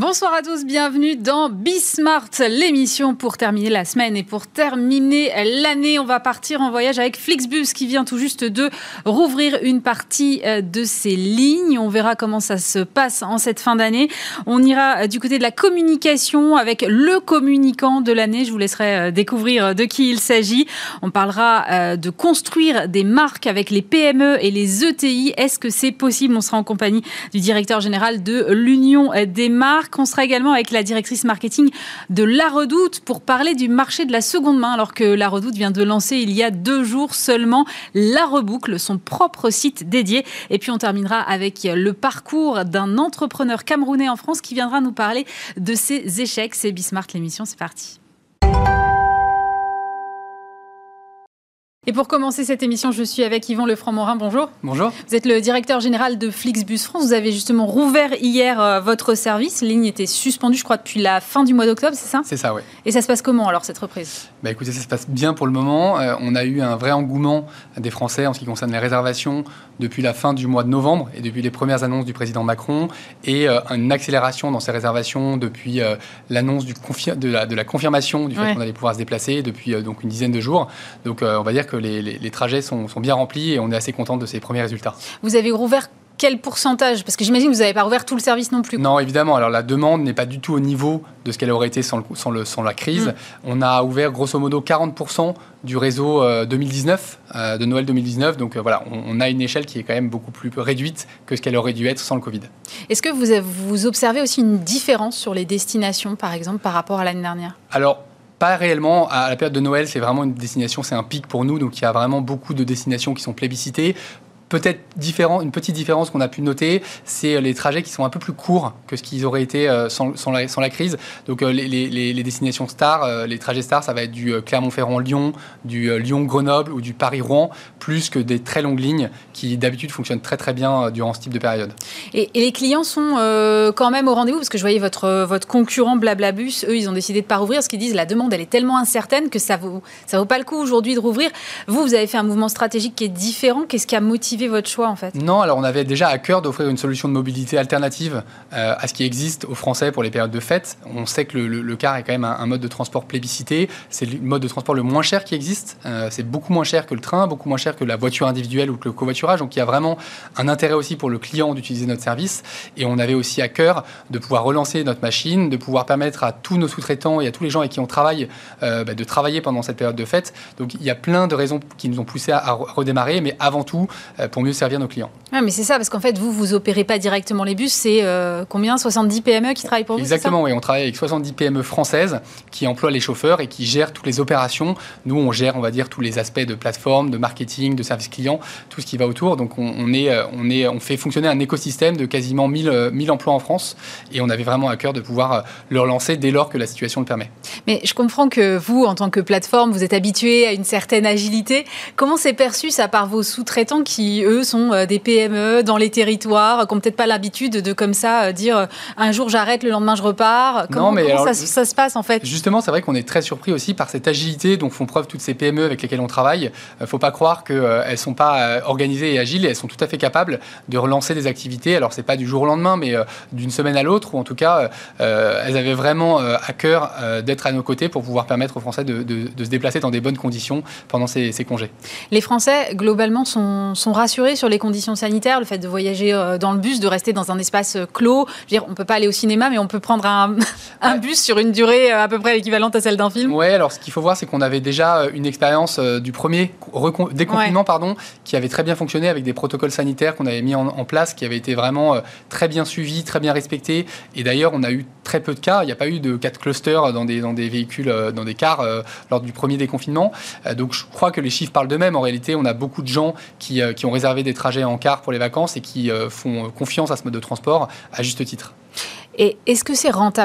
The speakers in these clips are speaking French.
Bonsoir à tous, bienvenue dans Bismart, l'émission pour terminer la semaine et pour terminer l'année. On va partir en voyage avec Flixbus qui vient tout juste de rouvrir une partie de ses lignes. On verra comment ça se passe en cette fin d'année. On ira du côté de la communication avec le communicant de l'année. Je vous laisserai découvrir de qui il s'agit. On parlera de construire des marques avec les PME et les ETI. Est-ce que c'est possible ? On sera en compagnie du directeur général de l'Union des marques. On sera également avec la directrice marketing de La Redoute pour parler du marché de la seconde main, alors que La Redoute vient de lancer il y a 2 jours seulement La Reboucle, son propre site dédié. Et puis on terminera avec le parcours d'un entrepreneur camerounais en France qui viendra nous parler de ses échecs. C'est Bismart l'émission, c'est parti. Et pour commencer cette émission, je suis avec Yvan Lefranc-Morin. Bonjour. Bonjour. Vous êtes le directeur général de Flixbus France. Vous avez justement rouvert hier votre service. La ligne était suspendue, je crois, depuis la fin du mois d'octobre, c'est ça ? C'est ça, oui. Et ça se passe comment alors, cette reprise ? Écoutez, ça se passe bien pour le moment. On a eu un vrai engouement des Français en ce qui concerne les réservations depuis la fin du mois de novembre et depuis les premières annonces du président Macron et une accélération dans ces réservations depuis l'annonce de la confirmation du fait qu'on allait pouvoir se déplacer depuis donc une dizaine de jours. Donc on va dire que les trajets sont bien remplis et on est assez content de ces premiers résultats. Vous avez rouvert quel pourcentage ? Parce que j'imagine que vous n'avez pas rouvert tout le service non plus. Non, évidemment. Alors la demande n'est pas du tout au niveau de ce qu'elle aurait été sans la crise. On a ouvert grosso modo 40% du réseau 2019, de Noël 2019. Donc voilà, on a une échelle qui est quand même beaucoup plus réduite que ce qu'elle aurait dû être sans le Covid. Est-ce que vous observez aussi une différence sur les destinations, par exemple, par rapport à l'année dernière ? Alors, pas réellement. À la période de Noël, c'est vraiment une destination, c'est un pic pour nous. Donc il y a vraiment beaucoup de destinations qui sont plébiscitées. Peut-être une petite différence qu'on a pu noter, c'est les trajets qui sont un peu plus courts que ce qu'ils auraient été sans la crise. Donc les destinations stars, les trajets stars, ça va être du Clermont-Ferrand-Lyon, du Lyon-Grenoble ou du Paris-Rouen, plus que des très longues lignes qui d'habitude fonctionnent très très bien durant ce type de période. Et les clients sont quand même au rendez-vous, parce que je voyais votre concurrent Blablabus, eux ils ont décidé de ne pas rouvrir, parce qu'ils disent la demande elle est tellement incertaine que ça vaut pas le coup aujourd'hui de rouvrir. Vous avez fait un mouvement stratégique qui est différent. Qu'est-ce qui a motivé votre choix en fait ? Non, alors on avait déjà à cœur d'offrir une solution de mobilité alternative à ce qui existe aux Français pour les périodes de fête. On sait que le car est quand même un mode de transport plébiscité. C'est le mode de transport le moins cher qui existe. C'est beaucoup moins cher que le train, beaucoup moins cher que la voiture individuelle ou que le covoiturage. Donc il y a vraiment un intérêt aussi pour le client d'utiliser notre service. Et on avait aussi à cœur de pouvoir relancer notre machine, de pouvoir permettre à tous nos sous-traitants et à tous les gens avec qui on travaille de travailler pendant cette période de fête. Donc il y a plein de raisons qui nous ont poussé à redémarrer, mais avant tout pour mieux servir nos clients. Ah, mais c'est ça, parce qu'en fait, vous opérez pas directement les bus, c'est combien ? 70 PME qui travaillent pour vous ? Exactement, oui. On travaille avec 70 PME françaises qui emploient les chauffeurs et qui gèrent toutes les opérations. Nous, on gère, on va dire, tous les aspects de plateforme, de marketing, de service client, tout ce qui va autour. Donc, on fait fonctionner un écosystème de quasiment 1000 emplois en France et on avait vraiment à cœur de pouvoir le relancer dès lors que la situation le permet. Mais je comprends que vous, en tant que plateforme, vous êtes habitué à une certaine agilité. Comment c'est perçu, ça, par vos sous-traitants qui, eux, sont des PME dans les territoires, qui n'ont peut-être pas l'habitude de comme ça dire un jour j'arrête, le lendemain je repars. Comment ça se passe en fait ? Justement, c'est vrai qu'on est très surpris aussi par cette agilité dont font preuve toutes ces PME avec lesquelles on travaille. Il ne faut pas croire qu'elles ne sont pas organisées et agiles, elles sont tout à fait capables de relancer des activités. Alors, ce n'est pas du jour au lendemain, mais d'une semaine à l'autre, ou en tout cas, elles avaient vraiment à cœur d'être à nos côtés pour pouvoir permettre aux Français de se déplacer dans des bonnes conditions pendant ces congés. Les Français, globalement, sont rassurés sur les conditions sanitaires, le fait de voyager dans le bus, de rester dans un espace clos. Je veux dire, on ne peut pas aller au cinéma, mais on peut prendre un bus sur une durée à peu près équivalente à celle d'un film. Oui, alors ce qu'il faut voir, c'est qu'on avait déjà une expérience du premier déconfinement, qui avait très bien fonctionné avec des protocoles sanitaires qu'on avait mis en place, qui avaient été vraiment très bien suivis, très bien respectés. Et d'ailleurs, on a eu très peu de cas. Il n'y a pas eu de cas de cluster dans des véhicules, dans des cars lors du premier déconfinement. Donc je crois que les chiffres parlent d'eux-mêmes. En réalité, on a beaucoup de gens qui ont réservé des trajets en car pour les vacances et qui font confiance à ce mode de transport à juste titre. Et est-ce que c'est rentable alors ?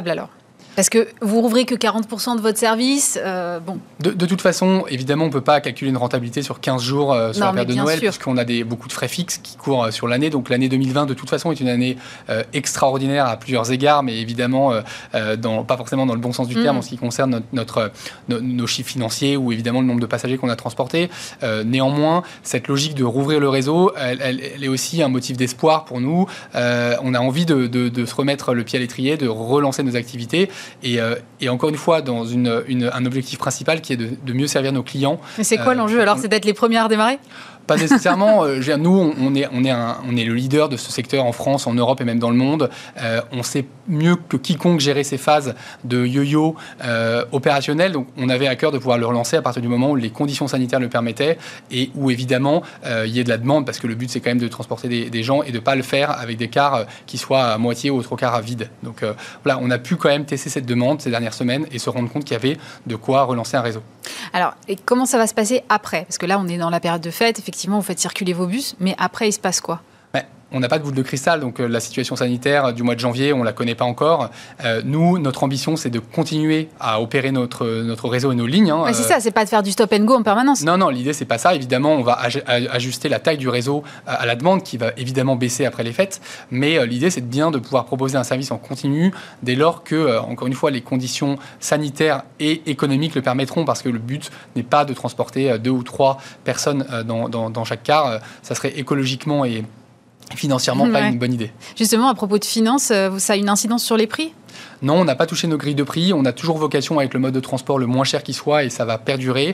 Parce que vous rouvrez que 40% de votre service. De toute façon, évidemment, on ne peut pas calculer une rentabilité sur 15 jours sur la période de Noël, puisqu'on a beaucoup de frais fixes qui courent sur l'année. Donc l'année 2020, de toute façon, est une année extraordinaire à plusieurs égards, mais évidemment, pas forcément dans le bon sens du terme en ce qui concerne nos chiffres financiers ou évidemment le nombre de passagers qu'on a transportés. Néanmoins, cette logique de rouvrir le réseau, elle est aussi un motif d'espoir pour nous. On a envie de se remettre le pied à l'étrier, de relancer nos activités. Et encore une fois, dans un objectif principal qui est de mieux servir nos clients. Mais c'est quoi l'enjeu alors? C'est d'être les premiers à redémarrer? Pas nécessairement. Nous, on est le leader de ce secteur en France, en Europe et même dans le monde. On sait mieux que quiconque gérer ces phases de yo-yo opérationnelles. Donc, on avait à cœur de pouvoir le relancer à partir du moment où les conditions sanitaires le permettaient et où, évidemment, il y ait de la demande, parce que le but, c'est quand même de transporter des gens et de ne pas le faire avec des cars qui soient à moitié ou au 3/4 à vide. Donc, voilà, on a pu quand même tester cette demande ces dernières semaines et se rendre compte qu'il y avait de quoi relancer un réseau. Alors, et comment ça va se passer après? Parce que là, on est dans la période de fête. Effectivement, vous faites circuler vos bus, mais après, il se passe quoi? On n'a pas de boule de cristal, donc la situation sanitaire du mois de janvier, on ne la connaît pas encore. Nous, notre ambition, c'est de continuer à opérer notre réseau et nos lignes. Ouais, c'est ça, c'est pas de faire du stop and go en permanence. Non, l'idée, c'est pas ça. Évidemment, on va ajuster la taille du réseau à la demande, qui va évidemment baisser après les fêtes. Mais l'idée, c'est bien de pouvoir proposer un service en continu, dès lors que, encore une fois, les conditions sanitaires et économiques le permettront, parce que le but n'est pas de transporter 2 ou 3 personnes dans chaque car. Ça serait écologiquement et financièrement pas une bonne idée. Justement, à propos de finances, ça a une incidence sur les prix? Non, on n'a pas touché nos grilles de prix. On a toujours vocation avec le mode de transport le moins cher qui soit, et ça va perdurer.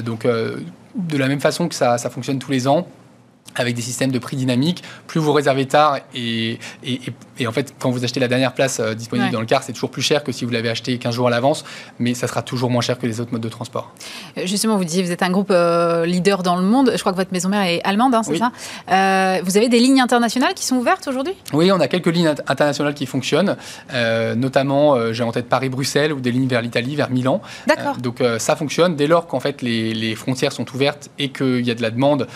De la même façon que ça fonctionne tous les ans, avec des systèmes de prix dynamiques. Plus vous réservez tard et en fait, quand vous achetez la dernière place disponible dans le car, c'est toujours plus cher que si vous l'avez acheté 15 jours à l'avance, mais ça sera toujours moins cher que les autres modes de transport. Justement, vous disiez, vous êtes un groupe leader dans le monde. Je crois que votre maison mère est allemande, c'est ça? Vous avez des lignes internationales qui sont ouvertes aujourd'hui? Oui, on a quelques lignes internationales qui fonctionnent. Notamment, j'ai en tête Paris-Bruxelles ou des lignes vers l'Italie, vers Milan. D'accord. Donc ça fonctionne dès lors qu'en fait les frontières sont ouvertes et qu'il y a de la demande.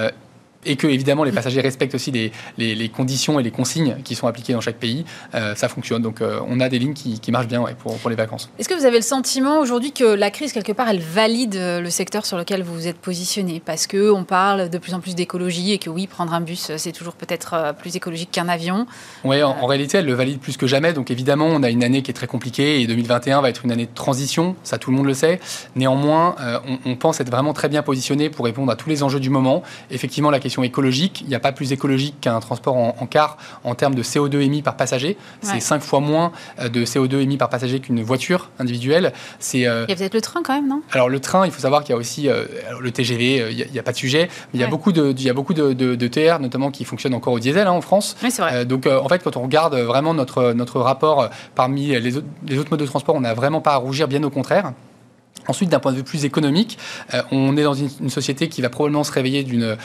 Et que, évidemment, les passagers respectent aussi les conditions et les consignes qui sont appliquées dans chaque pays. Ça fonctionne. Donc, on a des lignes qui marchent bien pour les vacances. Est-ce que vous avez le sentiment aujourd'hui que la crise, quelque part, elle valide le secteur sur lequel vous vous êtes positionné? Parce qu'on parle de plus en plus d'écologie et que oui, prendre un bus, c'est toujours peut-être plus écologique qu'un avion. Oui, en réalité, elle le valide plus que jamais. Donc, évidemment, on a une année qui est très compliquée et 2021 va être une année de transition. Ça, tout le monde le sait. Néanmoins, on pense être vraiment très bien positionné pour répondre à tous les enjeux du moment. Effectivement, la question écologique, il n'y a pas plus écologique qu'un transport en car en termes de CO2 émis par passager. C'est 5 fois moins de CO2 émis par passager qu'une voiture individuelle. Il y a peut-être le train quand même, non? Alors le train, il faut savoir qu'il y a aussi le TGV, il n'y a pas de sujet, mais il y a beaucoup de TER notamment qui fonctionnent encore au diesel en France. Oui, c'est vrai. Donc en fait, quand on regarde vraiment notre rapport parmi les autres modes de transport, on n'a vraiment pas à rougir, bien au contraire. Ensuite, d'un point de vue plus économique, on est dans une société qui va probablement se réveiller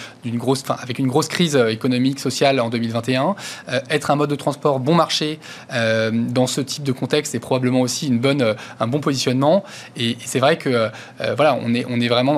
avec une grosse crise économique, sociale en 2021. Être un mode de transport bon marché dans ce type de contexte est probablement aussi un bon positionnement. Et c'est vrai que on est vraiment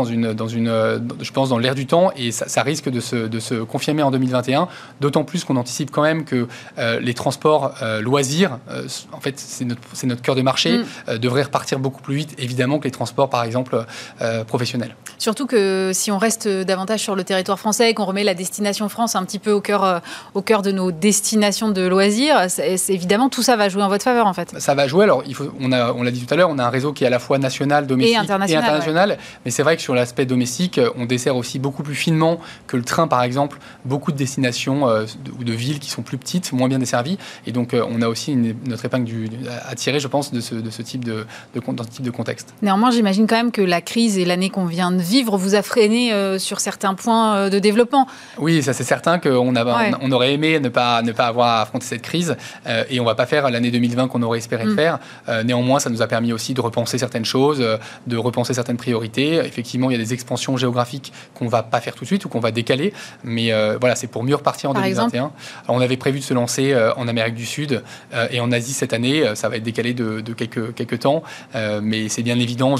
je pense, dans l'air du temps, et ça risque de se confirmer en 2021. D'autant plus qu'on anticipe quand même que les transports loisirs, en fait, c'est notre cœur de marché, devraient repartir beaucoup plus vite, évidemment, que les transports par exemple professionnel. Surtout que si on reste davantage sur le territoire français et qu'on remet la destination France un petit peu au cœur de nos destinations de loisirs, évidemment tout ça va jouer en votre faveur en fait. Ça va jouer. Alors on l'a dit tout à l'heure, on a un réseau qui est à la fois national, domestique et international. Ouais. Mais c'est vrai que sur l'aspect domestique, on dessert aussi beaucoup plus finement que le train par exemple, beaucoup de destinations ou de villes qui sont plus petites, moins bien desservies. Et donc on a aussi notre épingle à tirer, je pense, de ce type de contexte. Néanmoins, j'imagine quand même que la crise et l'année qu'on vient de vivre vous a freiné sur certains points de développement. Oui, ça c'est certain qu'on aurait aimé ne pas avoir à affronter cette crise et on ne va pas faire l'année 2020 qu'on aurait espéré faire. Néanmoins, ça nous a permis aussi de repenser certaines choses, de repenser certaines priorités. Effectivement, il y a des expansions géographiques qu'on ne va pas faire tout de suite ou qu'on va décaler, mais c'est pour mieux repartir en 2021. Alors, on avait prévu de se lancer en Amérique du Sud et en Asie cette année. Ça va être décalé de quelques temps, mais c'est bien évident.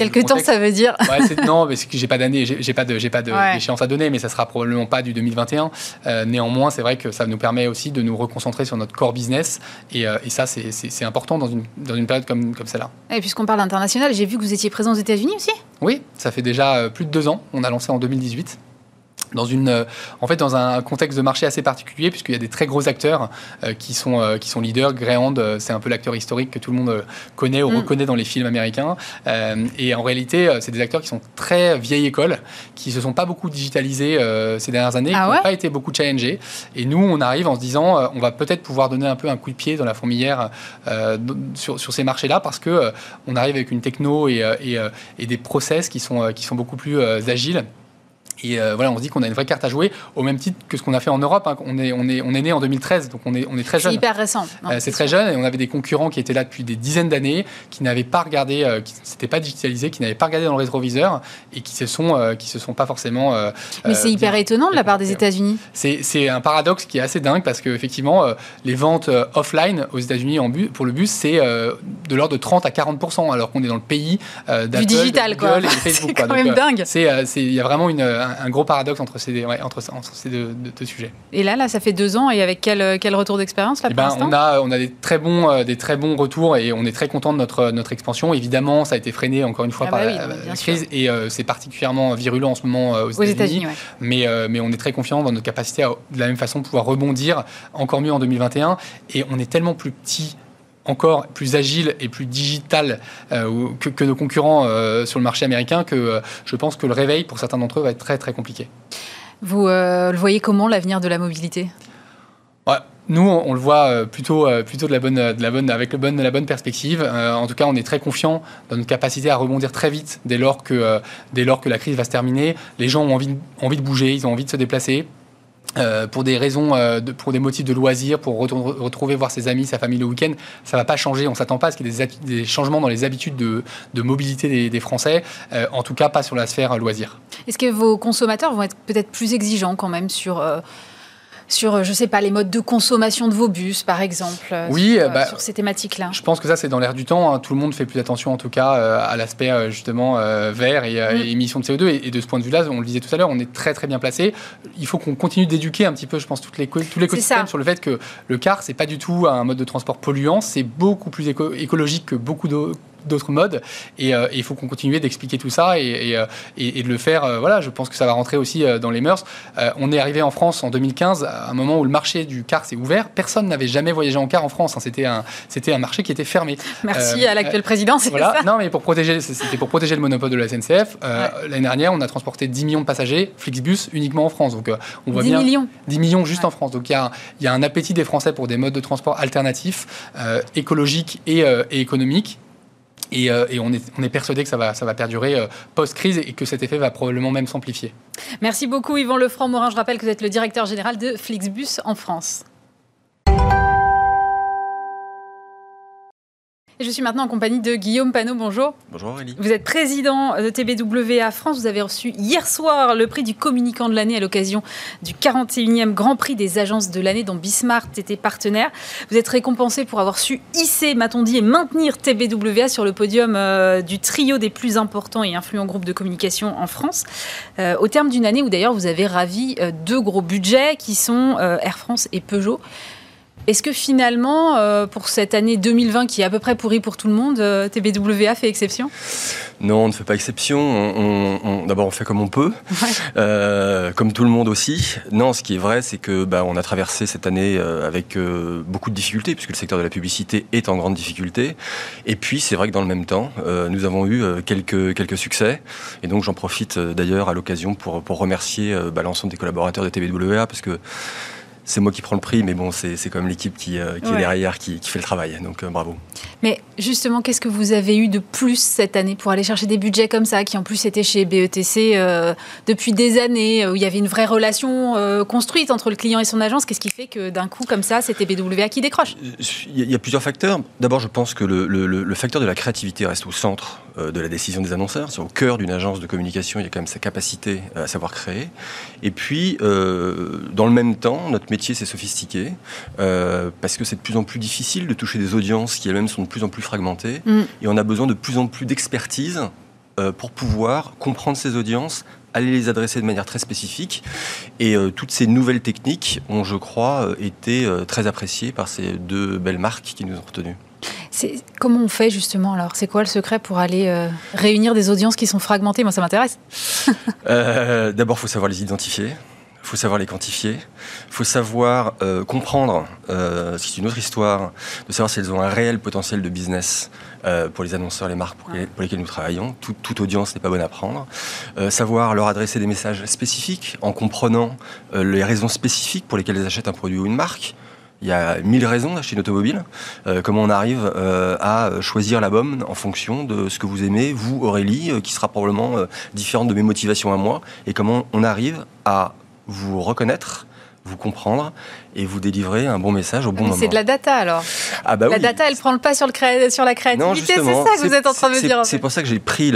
Quelque temps, ça veut dire non, parce que j'ai pas d'année, j'ai pas d'échéance à donner, mais ça sera probablement pas du 2021. Néanmoins, c'est vrai que ça nous permet aussi de nous reconcentrer sur notre core business, et ça, c'est important dans une période comme celle-là. Et puisqu'on parle international, j'ai vu que vous étiez présent aux États-Unis aussi. Oui, ça fait déjà plus de 2 ans. On a lancé en 2018. Dans un contexte de marché assez particulier, puisqu'il y a des très gros acteurs qui sont leaders. Greyhound, c'est un peu l'acteur historique que tout le monde connaît ou reconnaît dans les films américains. Et en réalité, c'est des acteurs qui sont très vieille école, qui se sont pas beaucoup digitalisés ces dernières années, qui n'ont pas été beaucoup challengés. Et nous, on arrive en se disant, on va peut-être pouvoir donner un peu un coup de pied dans la fourmilière sur ces marchés-là, parce que on arrive avec une techno et des process qui sont beaucoup plus agiles. Et on se dit qu'on a une vraie carte à jouer, au même titre que ce qu'on a fait en Europe. On est né en 2013, donc on est très jeune. C'est hyper récent. C'est très jeune, et on avait des concurrents qui étaient là depuis des dizaines d'années, qui n'avaient pas regardé, qui ne s'étaient pas digitalisés, qui n'avaient pas regardé dans le rétroviseur, et qui se sont pas forcément. Mais c'est hyper étonnant de la part des États-Unis. C'est un paradoxe qui est assez dingue, parce que effectivement, les ventes offline aux États-Unis pour le bus, c'est de l'ordre de 30 à 40%, alors qu'on est dans le pays d'Apple, du digital, de Google et de Facebook. C'est quand même dingue. Il y a vraiment un gros paradoxe entre ces deux sujets. Et là, ça fait 2 ans, et avec quel retour d'expérience là, pour l'instant ? On a des très bons retours, et on est très content de notre expansion. Évidemment, ça a été freiné encore une fois par la crise, et c'est particulièrement virulent en ce moment aux États-Unis. Mais on est très confiant dans notre capacité à, de la même façon, pouvoir rebondir encore mieux en 2021. Et on est tellement plus petit, encore plus agile et plus digital que nos concurrents sur le marché américain, que je pense que le réveil pour certains d'entre eux va être très très compliqué. Vous le voyez comment, l'avenir de la mobilité ? Nous, on le voit plutôt avec la bonne perspective. En tout cas, on est très confiant dans notre capacité à rebondir très vite dès lors que la crise va se terminer. Les gens ont envie de bouger, ils ont envie de se déplacer. Pour des raisons, pour des motifs de loisirs, pour retrouver voir ses amis, sa famille le week-end, ça ne va pas changer. On ne s'attend pas à ce qu'il y ait des changements dans les habitudes de mobilité des Français, en tout cas pas sur la sphère loisirs. Est-ce que vos consommateurs vont être peut-être plus exigeants quand même sur je sais pas, les modes de consommation de vos bus, par exemple, sur ces thématiques-là? Je pense que ça, c'est dans l'air du temps. Tout le monde fait plus attention, en tout cas, à l'aspect, justement, vert et émissions de CO2. Et de ce point de vue-là, on le disait tout à l'heure, on est très, très bien placé. Il faut qu'on continue d'éduquer un petit peu, je pense, tout l'écosystème sur le fait que le car, c'est pas du tout un mode de transport polluant. C'est beaucoup plus écologique que beaucoup d'autres modes, et il faut qu'on continue d'expliquer tout ça et de le faire. Je pense que ça va rentrer aussi dans les mœurs. On est arrivé en France en 2015, à un moment où le marché du car s'est ouvert. Personne n'avait jamais voyagé en car en France. C'était un marché qui était fermé. Merci à l'actuel président, c'est ça. Non, mais c'était pour protéger le monopole de la SNCF. L'année dernière, on a transporté 10 millions de passagers Flixbus uniquement en France. Donc on voit 10 millions juste en France. Donc il y a un appétit des Français pour des modes de transport alternatifs, écologiques et économiques. Et on est persuadé que ça va perdurer post-crise, et que cet effet va probablement même s'amplifier. Merci beaucoup Yvan Lefranc-Morin. Je rappelle que vous êtes le directeur général de Flixbus en France. Et je suis maintenant en compagnie de Guillaume Panot. Bonjour. Bonjour Aurélie. Vous êtes président de TBWA France. Vous avez reçu hier soir le prix du communicant de l'année à l'occasion du 41e Grand Prix des agences de l'année dont Bismart était partenaire. Vous êtes récompensé pour avoir su hisser, m'a-t-on dit, et maintenir TBWA sur le podium du trio des plus importants et influents groupes de communication en France. Au terme d'une année où d'ailleurs vous avez ravi 2 gros budgets qui sont Air France et Peugeot. Est-ce que finalement, pour cette année 2020 qui est à peu près pourrie pour tout le monde, TBWA fait exception ? Non, on ne fait pas exception. D'abord, on fait comme on peut, comme tout le monde aussi. Non, ce qui est vrai, c'est que on a traversé cette année avec beaucoup de difficultés, puisque le secteur de la publicité est en grande difficulté. Et puis, c'est vrai que dans le même temps, nous avons eu quelques succès. Et donc, j'en profite d'ailleurs à l'occasion pour remercier l'ensemble des collaborateurs de TBWA, parce que c'est moi qui prends le prix, mais bon, c'est quand même l'équipe qui est derrière, qui fait le travail. Donc, bravo. Mais justement, qu'est-ce que vous avez eu de plus cette année pour aller chercher des budgets comme ça, qui en plus étaient chez BETC depuis des années, où il y avait une vraie relation construite entre le client et son agence? Qu'est-ce qui fait que d'un coup, comme ça, c'est TBWA qui décroche? Il y a plusieurs facteurs. D'abord, je pense que le facteur de la créativité reste au centre de la décision des annonceurs. C'est au cœur d'une agence de communication, il y a quand même sa capacité à savoir créer. Et puis, dans le même temps, notre métier s'est sophistiqué, parce que c'est de plus en plus difficile de toucher des audiences qui elles-mêmes sont de plus en plus fragmentées, et on a besoin de plus en plus d'expertise pour pouvoir comprendre ces audiences, aller les adresser de manière très spécifique. Et toutes ces nouvelles techniques ont, je crois, été très appréciées par ces deux belles marques qui nous ont retenus. Comment on fait justement alors ? C'est quoi le secret pour aller réunir des audiences qui sont fragmentées ? Moi, ça m'intéresse. D'abord, il faut savoir les identifier. Il faut savoir les quantifier, il faut savoir comprendre, c'est une autre histoire, de savoir si elles ont un réel potentiel de business pour les annonceurs, les marques pour lesquelles nous travaillons. Toute audience n'est pas bonne à prendre. Savoir leur adresser des messages spécifiques en comprenant les raisons spécifiques pour lesquelles elles achètent un produit ou une marque. Il y a 1000 raisons d'acheter une automobile. Comment on arrive à choisir la bonne en fonction de ce que vous aimez, vous, Aurélie, qui sera probablement différente de mes motivations à moi, et comment on arrive à vous reconnaître, vous comprendre et vous délivrer un bon message au bon moment. C'est de la data alors. La data, elle prend le pas sur la créativité. Non, c'est ça que vous êtes en train de me dire. C'est pour ça que j'ai pris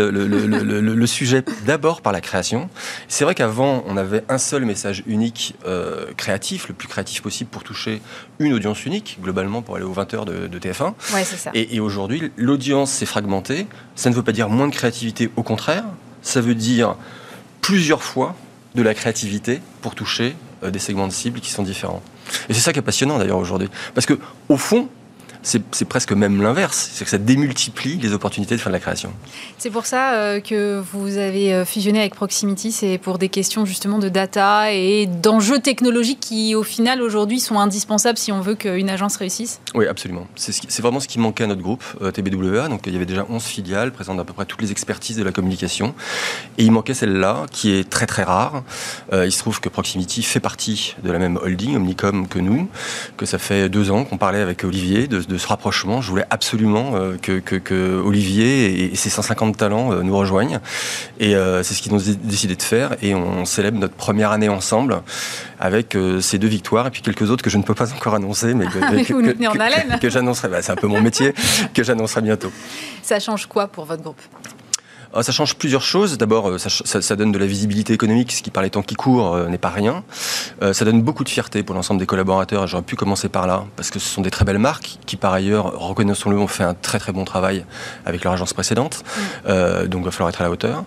le sujet d'abord par la création. C'est vrai qu'avant, on avait un seul message unique créatif, le plus créatif possible pour toucher une audience unique, globalement pour aller aux 20h de TF1. Ouais, c'est ça. Et aujourd'hui, l'audience s'est fragmentée. Ça ne veut pas dire moins de créativité, au contraire. Ça veut dire plusieurs fois de la créativité pour toucher des segments de cibles qui sont différents. Et c'est ça qui est passionnant d'ailleurs aujourd'hui. Parce que au fond, c'est presque même l'inverse. C'est que ça démultiplie les opportunités de faire de la création. C'est pour ça que vous avez fusionné avec Proximity. C'est pour des questions justement de data et d'enjeux technologiques qui, au final, aujourd'hui, sont indispensables si on veut qu'une agence réussisse. Oui, absolument. C'est vraiment ce qui manquait à notre groupe, TBWA. Donc, il y avait déjà 11 filiales présentant à peu près toutes les expertises de la communication. Et il manquait celle-là, qui est très très rare. Il se trouve que Proximity fait partie de la même holding, Omnicom, que nous, que ça fait 2 ans qu'on parlait avec Olivier de ce rapprochement. Je voulais absolument que Olivier et ses 150 talents nous rejoignent. Et c'est ce qu'ils ont décidé de faire. Et on célèbre notre première année ensemble avec ces 2 victoires et puis quelques autres que je ne peux pas encore annoncer, mais que j'annoncerai. C'est un peu mon métier, que j'annoncerai bientôt. Ça change quoi pour votre groupe ? Ça change plusieurs choses. D'abord, ça donne de la visibilité économique, ce qui par les temps qui courent n'est pas rien. Ça donne beaucoup de fierté pour l'ensemble des collaborateurs. J'aurais pu commencer par là, parce que ce sont des très belles marques qui, par ailleurs, reconnaissons-le, ont fait un très très bon travail avec leur agence précédente. Donc il va falloir être à la hauteur.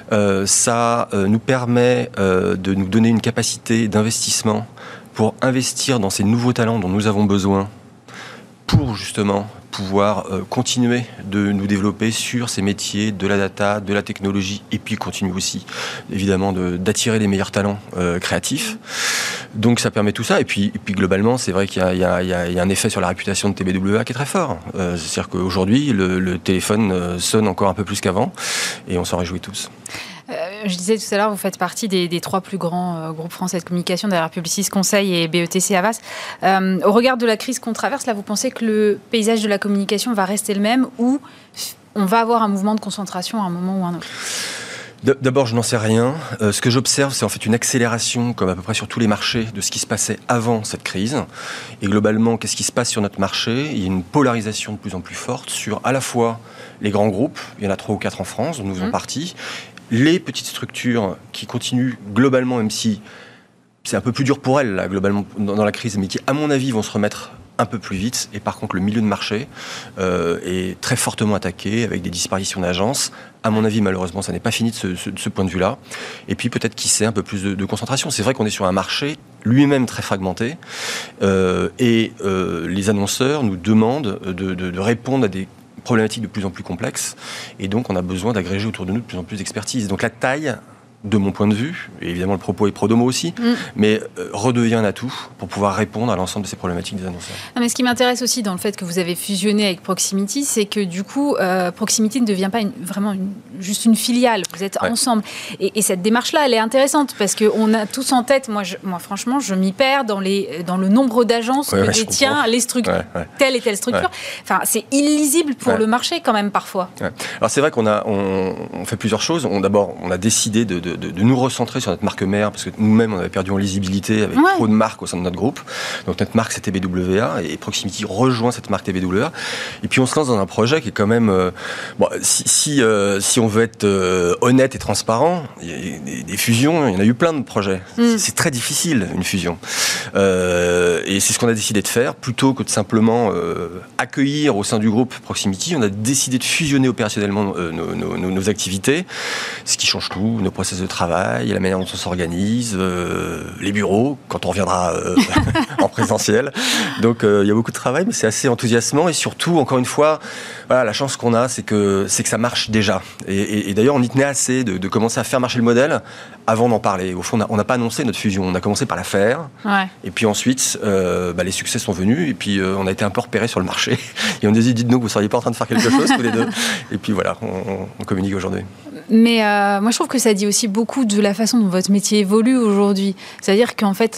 Ça nous permet de nous donner une capacité d'investissement pour investir dans ces nouveaux talents dont nous avons besoin pour justement pouvoir continuer de nous développer sur ces métiers de la data, de la technologie, et puis continuer aussi, évidemment, d'attirer les meilleurs talents créatifs. Donc ça permet tout ça, et puis globalement, c'est vrai qu'il y a un effet sur la réputation de TBWA qui est très fort. C'est-à-dire qu'aujourd'hui, le téléphone sonne encore un peu plus qu'avant, et on s'en réjouit tous. Je disais tout à l'heure, vous faites partie des 3 plus grands groupes français de communication, derrière Publicis Conseil et BETC Havas. Au regard de la crise qu'on traverse, là, vous pensez que le paysage de la communication va rester le même ou on va avoir un mouvement de concentration à un moment ou à un autre ? D'abord, je n'en sais rien. Ce que j'observe, c'est en fait une accélération, comme à peu près sur tous les marchés, de ce qui se passait avant cette crise. Et globalement, qu'est-ce qui se passe sur notre marché ? Il y a une polarisation de plus en plus forte sur à la fois les grands groupes, il y en a 3 ou 4 en France, dont nous faisons partie, les petites structures qui continuent globalement, même si c'est un peu plus dur pour elles, là, globalement, dans la crise, mais qui, à mon avis, vont se remettre un peu plus vite. Et par contre, le milieu de marché est très fortement attaqué, avec des disparitions d'agences. À mon avis, malheureusement, ça n'est pas fini de ce point de vue-là. Et puis, peut-être qu'il y a un peu plus de concentration. C'est vrai qu'on est sur un marché lui-même très fragmenté. Et les annonceurs nous demandent de répondre à des problématiques de plus en plus complexes, et donc on a besoin d'agréger autour de nous de plus en plus d'expertise. Donc la taille, de mon point de vue, et évidemment le propos est pro domo aussi, mais redevient un atout pour pouvoir répondre à l'ensemble de ces problématiques des annonceurs. Non, mais ce qui m'intéresse aussi dans le fait que vous avez fusionné avec Proximity, c'est que du coup, Proximity ne devient pas juste une filiale, vous êtes ensemble. Et cette démarche-là, elle est intéressante, parce qu'on a tous en tête, moi franchement, je m'y perds dans le nombre d'agences que détient les structures, telle et telle structure. Enfin, c'est illisible pour le marché quand même parfois. Alors c'est vrai on fait plusieurs choses. D'abord, on a décidé de nous recentrer sur notre marque mère, parce que nous-mêmes, on avait perdu en lisibilité avec trop de marques au sein de notre groupe. Donc notre marque, c'est TBWA, et Proximity rejoint cette marque TBWA. Et puis on se lance dans un projet qui est quand même... si on veut être honnête et transparent, il y a des fusions, il y en a eu plein de projets. C'est très difficile, une fusion. Et c'est ce qu'on a décidé de faire, plutôt que de simplement accueillir au sein du groupe Proximity. On a décidé de fusionner opérationnellement nos activités, ce qui change tout, nos process de travail, la manière dont on s'organise, les bureaux, quand on reviendra en présentiel. Donc il y a beaucoup de travail, mais c'est assez enthousiasmant. Et surtout, encore une fois, voilà, la chance qu'on a, c'est que ça marche déjà. Et d'ailleurs, on y tenait assez de commencer à faire marcher le modèle avant d'en parler. Au fond, on n'a pas annoncé notre fusion. On a commencé par la faire. Ouais. Et puis ensuite, les succès sont venus. Et puis, on a été un peu repérés sur le marché. Et on nous a dit, dites-nous que vous ne seriez pas en train de faire quelque chose, tous les deux. Et puis voilà, on communique aujourd'hui. Mais moi, je trouve que ça dit aussi beaucoup de la façon dont votre métier évolue aujourd'hui. C'est-à-dire qu'en fait,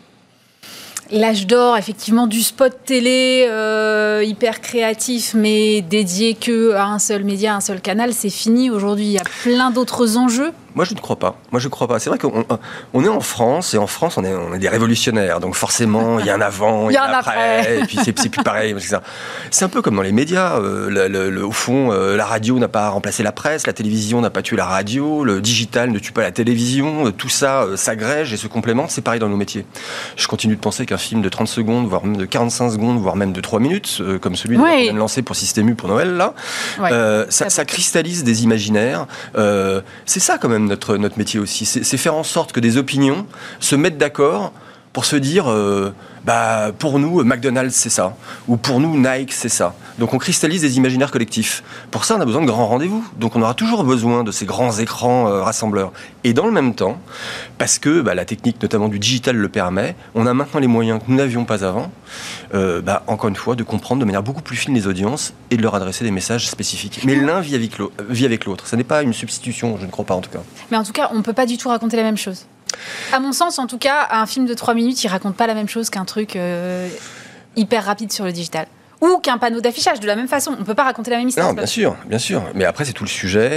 l'âge d'or, effectivement, du spot télé hyper créatif, mais dédié qu'à un seul média, un seul canal, c'est fini aujourd'hui. Il y a plein d'autres enjeux. Moi, je ne crois pas. C'est vrai qu'on est en France, et en France, on est des révolutionnaires. Donc forcément, il y a un avant, il y a un après. Et puis, c'est plus pareil. C'est un peu comme dans les médias. Au fond, la radio n'a pas remplacé la presse, la télévision n'a pas tué la radio, le digital ne tue pas la télévision. Tout ça s'agrège et se complémente. C'est pareil dans nos métiers. Je continue de penser qu'un film de 30 secondes, voire même de 45 secondes, voire même de 3 minutes, comme celui qu'on vient de lancer pour Système U pour Noël, là, ça cristallise des imaginaires. C'est ça, quand même, notre métier aussi. C'est faire en sorte que des opinions se mettent d'accord pour se dire pour nous, McDonald's, c'est ça. Ou pour nous, Nike, c'est ça. Donc on cristallise des imaginaires collectifs. Pour ça, on a besoin de grands rendez-vous. Donc on aura toujours besoin de ces grands écrans rassembleurs. Et dans le même temps, parce que la technique, notamment du digital, le permet, on a maintenant les moyens que nous n'avions pas avant, encore une fois, de comprendre de manière beaucoup plus fine les audiences et de leur adresser des messages spécifiques. Mais l'un vit avec l'autre. Ça n'est pas une substitution, je ne crois pas en tout cas. Mais en tout cas, on ne peut pas du tout raconter la même chose. À mon sens, en tout cas, un film de 3 minutes, il raconte pas la même chose qu'un truc hyper rapide sur le digital. Ou qu'un panneau d'affichage, de la même façon. On ne peut pas raconter la même histoire. Non, bien sûr. Mais après, c'est tout le sujet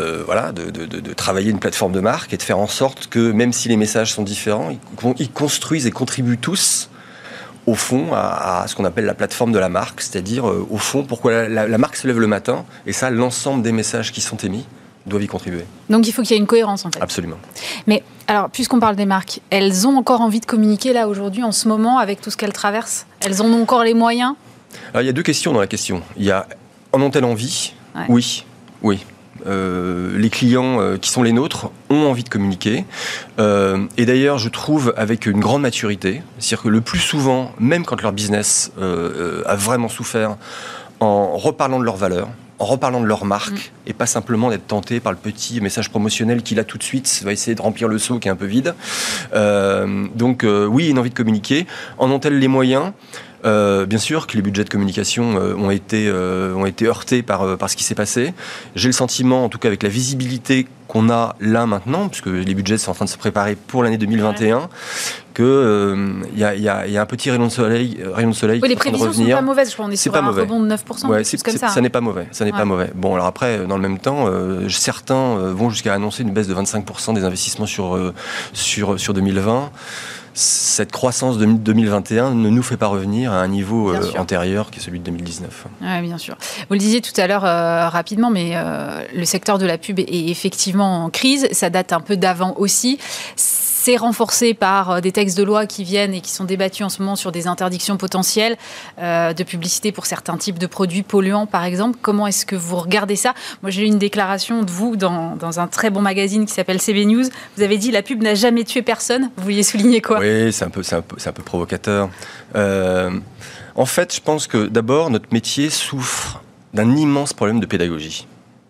de travailler une plateforme de marque et de faire en sorte que, même si les messages sont différents, ils construisent et contribuent tous, au fond, à ce qu'on appelle la plateforme de la marque. C'est-à-dire, au fond, pourquoi la marque se lève le matin. Et ça, l'ensemble des messages qui sont émis doivent y contribuer. Donc il faut qu'il y ait une cohérence, en fait. Absolument. Mais alors, puisqu'on parle des marques, elles ont encore envie de communiquer là aujourd'hui, en ce moment, avec tout ce qu'elles traversent? Elles en ont encore les moyens? Alors, il y a 2 questions dans la question. Il y a, en ont-elles envie? Oui. Les clients qui sont les nôtres ont envie de communiquer. Et d'ailleurs, je trouve avec une grande maturité, c'est-à-dire que le plus souvent, même quand leur business a vraiment souffert, en reparlant de leurs valeurs, en reparlant de leur marque, et pas simplement d'être tenté par le petit message promotionnel qui, là, tout de suite, va essayer de remplir le seau qui est un peu vide. Donc, oui, une envie de communiquer. En ont-elles les moyens ? Bien sûr que les budgets de communication ont été heurtés par ce qui s'est passé. J'ai le sentiment, en tout cas avec la visibilité qu'on a là maintenant, puisque les budgets sont en train de se préparer pour l'année 2021, qu'il y a un petit rayon de soleil qui est en train de revenir. Les prévisions ne sont pas mauvaises, je crois. On est sur un rebond de 9%, comme ça. Ça n'est pas mauvais. Pas mauvais. Bon, alors après, dans le même temps, certains vont jusqu'à annoncer une baisse de 25% des investissements sur 2020. Cette croissance de 2021 ne nous fait pas revenir à un niveau antérieur qui est celui de 2019. Oui, bien sûr. Vous le disiez tout à l'heure rapidement, mais le secteur de la pub est effectivement en crise. Ça date un peu d'avant aussi. C'est renforcé par des textes de loi qui viennent et qui sont débattus en ce moment sur des interdictions potentielles de publicité pour certains types de produits polluants, par exemple. Comment est-ce que vous regardez ça ? Moi, j'ai eu une déclaration de vous dans un très bon magazine qui s'appelle CB News. Vous avez dit « La pub n'a jamais tué personne ». Vous vouliez souligner quoi ? Oui, c'est un peu provocateur. En fait, je pense que d'abord, notre métier souffre d'un immense problème de pédagogie.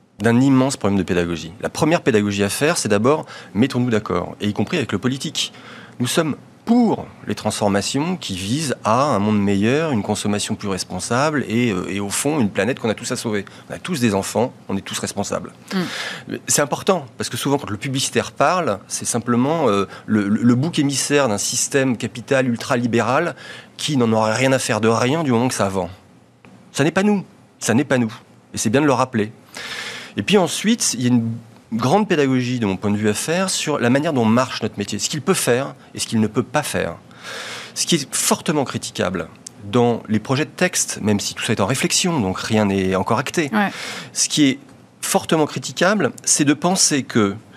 La première pédagogie à faire, c'est d'abord mettons-nous d'accord, et y compris avec le politique. Nous sommes pour les transformations qui visent à un monde meilleur, une consommation plus responsable et au fond une planète qu'on a tous à sauver. On a tous des enfants, on est tous responsables. C'est important, parce que souvent quand le publicitaire parle, c'est simplement le bouc émissaire d'un système capital ultra-libéral qui n'en aurait rien à faire de rien du moment que ça vend. Ça n'est pas nous. Et c'est bien de le rappeler. Et puis ensuite, il y a une grande pédagogie, de mon point de vue, à faire sur la manière dont marche notre métier, ce qu'il peut faire et ce qu'il ne peut pas faire. Ce qui est fortement critiquable dans les projets de texte, même si tout ça est en réflexion, donc rien n'est encore acté. Ce qui est fortement critiquable, c'est de penser que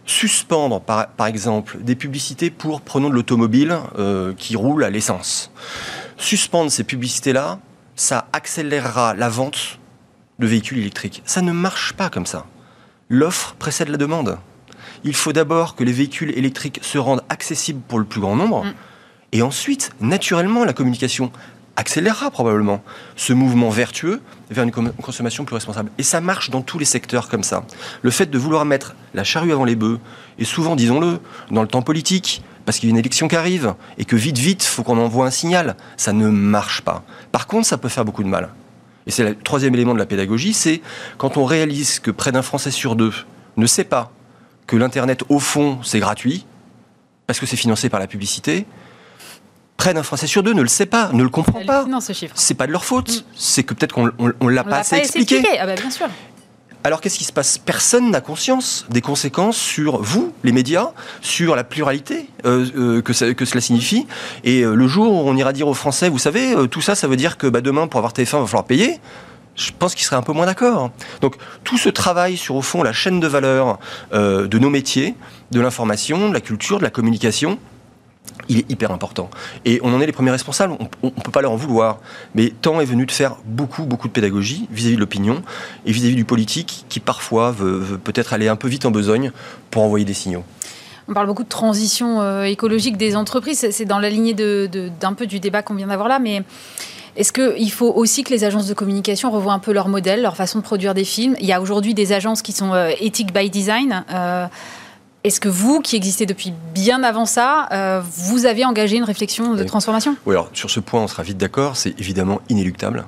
suspendre, par exemple, des publicités pour, prenons de l'automobile qui roule à l'essence. Suspendre ces publicités-là, ça accélérera la vente de véhicules électriques. Ça ne marche pas comme ça. L'offre précède la demande. Il faut d'abord que les véhicules électriques se rendent accessibles pour le plus grand nombre, et ensuite, naturellement, la communication accélérera probablement ce mouvement vertueux vers une consommation plus responsable. Et ça marche dans tous les secteurs comme ça. Le fait de vouloir mettre la charrue avant les bœufs, et souvent, disons-le, dans le temps politique, parce qu'il y a une élection qui arrive, et que vite, il faut qu'on envoie un signal, ça ne marche pas. Par contre, ça peut faire beaucoup de mal. Et c'est le troisième élément de la pédagogie, c'est quand on réalise que près d'un Français sur deux ne sait pas que l'Internet, au fond, c'est gratuit, parce que c'est financé par la publicité, près d'un Français sur deux ne le sait pas, ne le comprend pas. Ce chiffre. C'est pas de leur faute, c'est que peut-être qu'on l'a pas assez expliqué. Ah bah bien sûr. Alors qu'est-ce qui se passe ? Personne n'a conscience des conséquences sur vous, les médias, sur la pluralité que cela signifie. Et le jour où on ira dire aux Français, vous savez, tout ça, ça veut dire que demain, pour avoir TF1, il va falloir payer. Je pense qu'ils seraient un peu moins d'accord. Donc tout ce travail sur, au fond, la chaîne de valeur de nos métiers, de l'information, de la culture, de la communication, il est hyper important. Et on en est les premiers responsables, on ne peut pas leur en vouloir. Mais temps est venu de faire beaucoup de pédagogie vis-à-vis de l'opinion et vis-à-vis du politique qui parfois veut peut-être aller un peu vite en besogne pour envoyer des signaux. On parle beaucoup de transition écologique des entreprises, c'est dans la lignée d'un peu du débat qu'on vient d'avoir là, mais est-ce qu'il faut aussi que les agences de communication revoient un peu leur modèle, leur façon de produire des films ? Il y a aujourd'hui des agences qui sont ethic by design. Est-ce que vous, qui existez depuis bien avant ça, vous avez engagé une réflexion de transformation ? Oui, alors sur ce point, on sera vite d'accord. C'est évidemment inéluctable.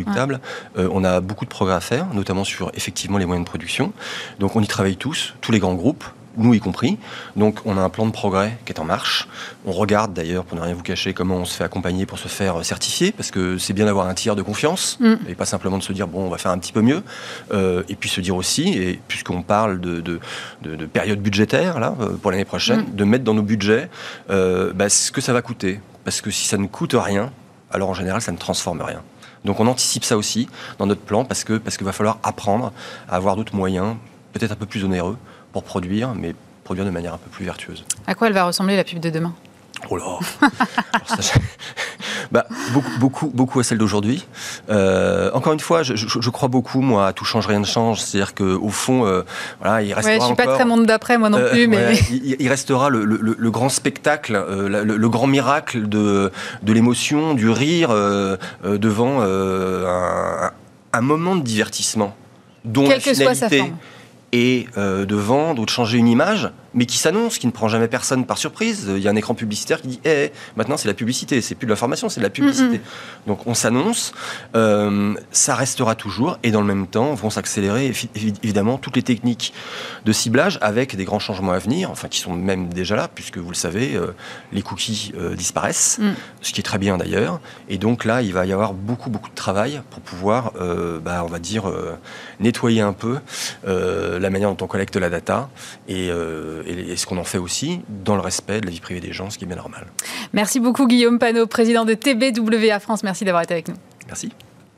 On a beaucoup de progrès à faire, notamment sur effectivement les moyens de production. Donc on y travaille tous les grands groupes, nous y compris. Donc on a un plan de progrès qui est en marche. On regarde d'ailleurs, pour ne rien vous cacher, comment on se fait accompagner pour se faire certifier, parce que c'est bien d'avoir un tiers de confiance, et pas simplement de se dire, bon, on va faire un petit peu mieux, et puis se dire aussi, et puisqu'on parle de période budgétaire, là, pour l'année prochaine, de mettre dans nos budgets ce que ça va coûter. Parce que si ça ne coûte rien, alors en général, ça ne transforme rien. Donc on anticipe ça aussi dans notre plan, parce qu'il va falloir apprendre à avoir d'autres moyens, peut-être un peu plus onéreux, pour produire, mais produire de manière un peu plus vertueuse. À quoi elle va ressembler la pub de demain ? Oh là beaucoup à celle d'aujourd'hui. Encore une fois, je crois beaucoup, moi, à tout change, rien ne change. C'est-à-dire qu'au fond, il restera je suis pas très monde d'après, moi non plus. Mais... il restera le grand spectacle, le grand miracle de l'émotion, du rire devant un moment de divertissement dont quelle que soit sa forme. Et de vendre ou de changer une image, mais qui s'annonce, qui ne prend jamais personne par surprise. Il y a un écran publicitaire qui dit maintenant c'est la publicité, c'est plus de l'information, c'est de la publicité. Donc on s'annonce, ça restera toujours, et dans le même temps vont s'accélérer évidemment toutes les techniques de ciblage avec des grands changements à venir, enfin qui sont même déjà là, puisque vous le savez, les cookies disparaissent, ce qui est très bien d'ailleurs, et donc là il va y avoir beaucoup de travail pour pouvoir, on va dire, nettoyer un peu la manière dont on collecte la data et ce qu'on en fait aussi dans le respect de la vie privée des gens, ce qui est bien normal. Merci beaucoup Guillaume Panot, président de TBWA France. Merci d'avoir été avec nous. Merci.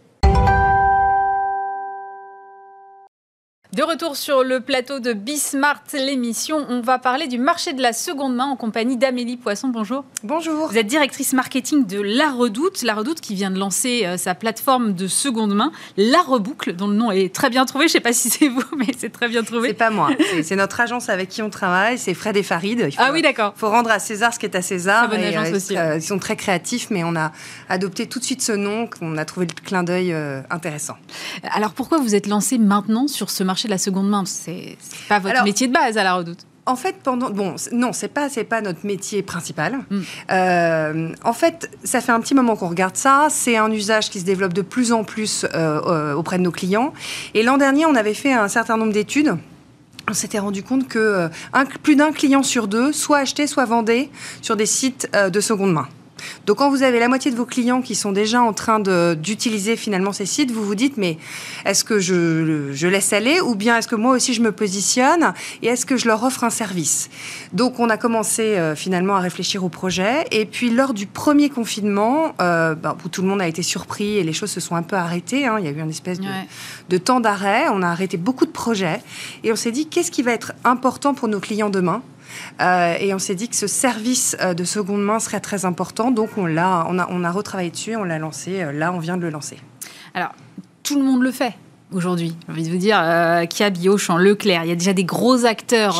De retour sur le plateau de Bismart, l'émission, on va parler du marché de la seconde main en compagnie d'Amélie Poisson. Bonjour. Bonjour. Vous êtes directrice marketing de La Redoute qui vient de lancer sa plateforme de seconde main, La Reboucle, dont le nom est très bien trouvé. Je ne sais pas si c'est vous, mais c'est très bien trouvé. C'est pas moi, c'est notre agence avec qui on travaille, c'est Fred et Farid. Oui, d'accord. Il faut rendre à César ce qui est à César. Très bonne agence aussi. Ils sont très créatifs, mais on a adopté tout de suite ce nom, qu'on a trouvé le clin d'œil intéressant. Alors pourquoi vous êtes lancé maintenant sur ce marché de la seconde main ? C'est pas votre métier de base à La Redoute. En fait, c'est pas notre métier principal. En fait, ça fait un petit moment qu'on regarde ça. C'est un usage qui se développe de plus en plus auprès de nos clients. Et l'an dernier, on avait fait un certain nombre d'études. On s'était rendu compte que plus d'un client sur deux soit achetait, soit vendait sur des sites de seconde main. Donc, quand vous avez la moitié de vos clients qui sont déjà en train d'utiliser finalement ces sites, vous vous dites, mais est-ce que je laisse aller ou bien est-ce que moi aussi je me positionne et est-ce que je leur offre un service? Donc, on a commencé finalement à réfléchir au projet. Et puis, lors du premier confinement, où tout le monde a été surpris et les choses se sont un peu arrêtées, hein, il y a eu une espèce de temps d'arrêt. On a arrêté beaucoup de projets et on s'est dit, qu'est-ce qui va être important pour nos clients demain? Et on s'est dit que ce service de seconde main serait très important. Donc, on a retravaillé dessus, on l'a lancé. Là, on vient de le lancer. Alors, tout le monde le fait aujourd'hui. J'ai envie de vous dire, Kiabi, Auchan, Leclerc, il y a déjà des gros acteurs.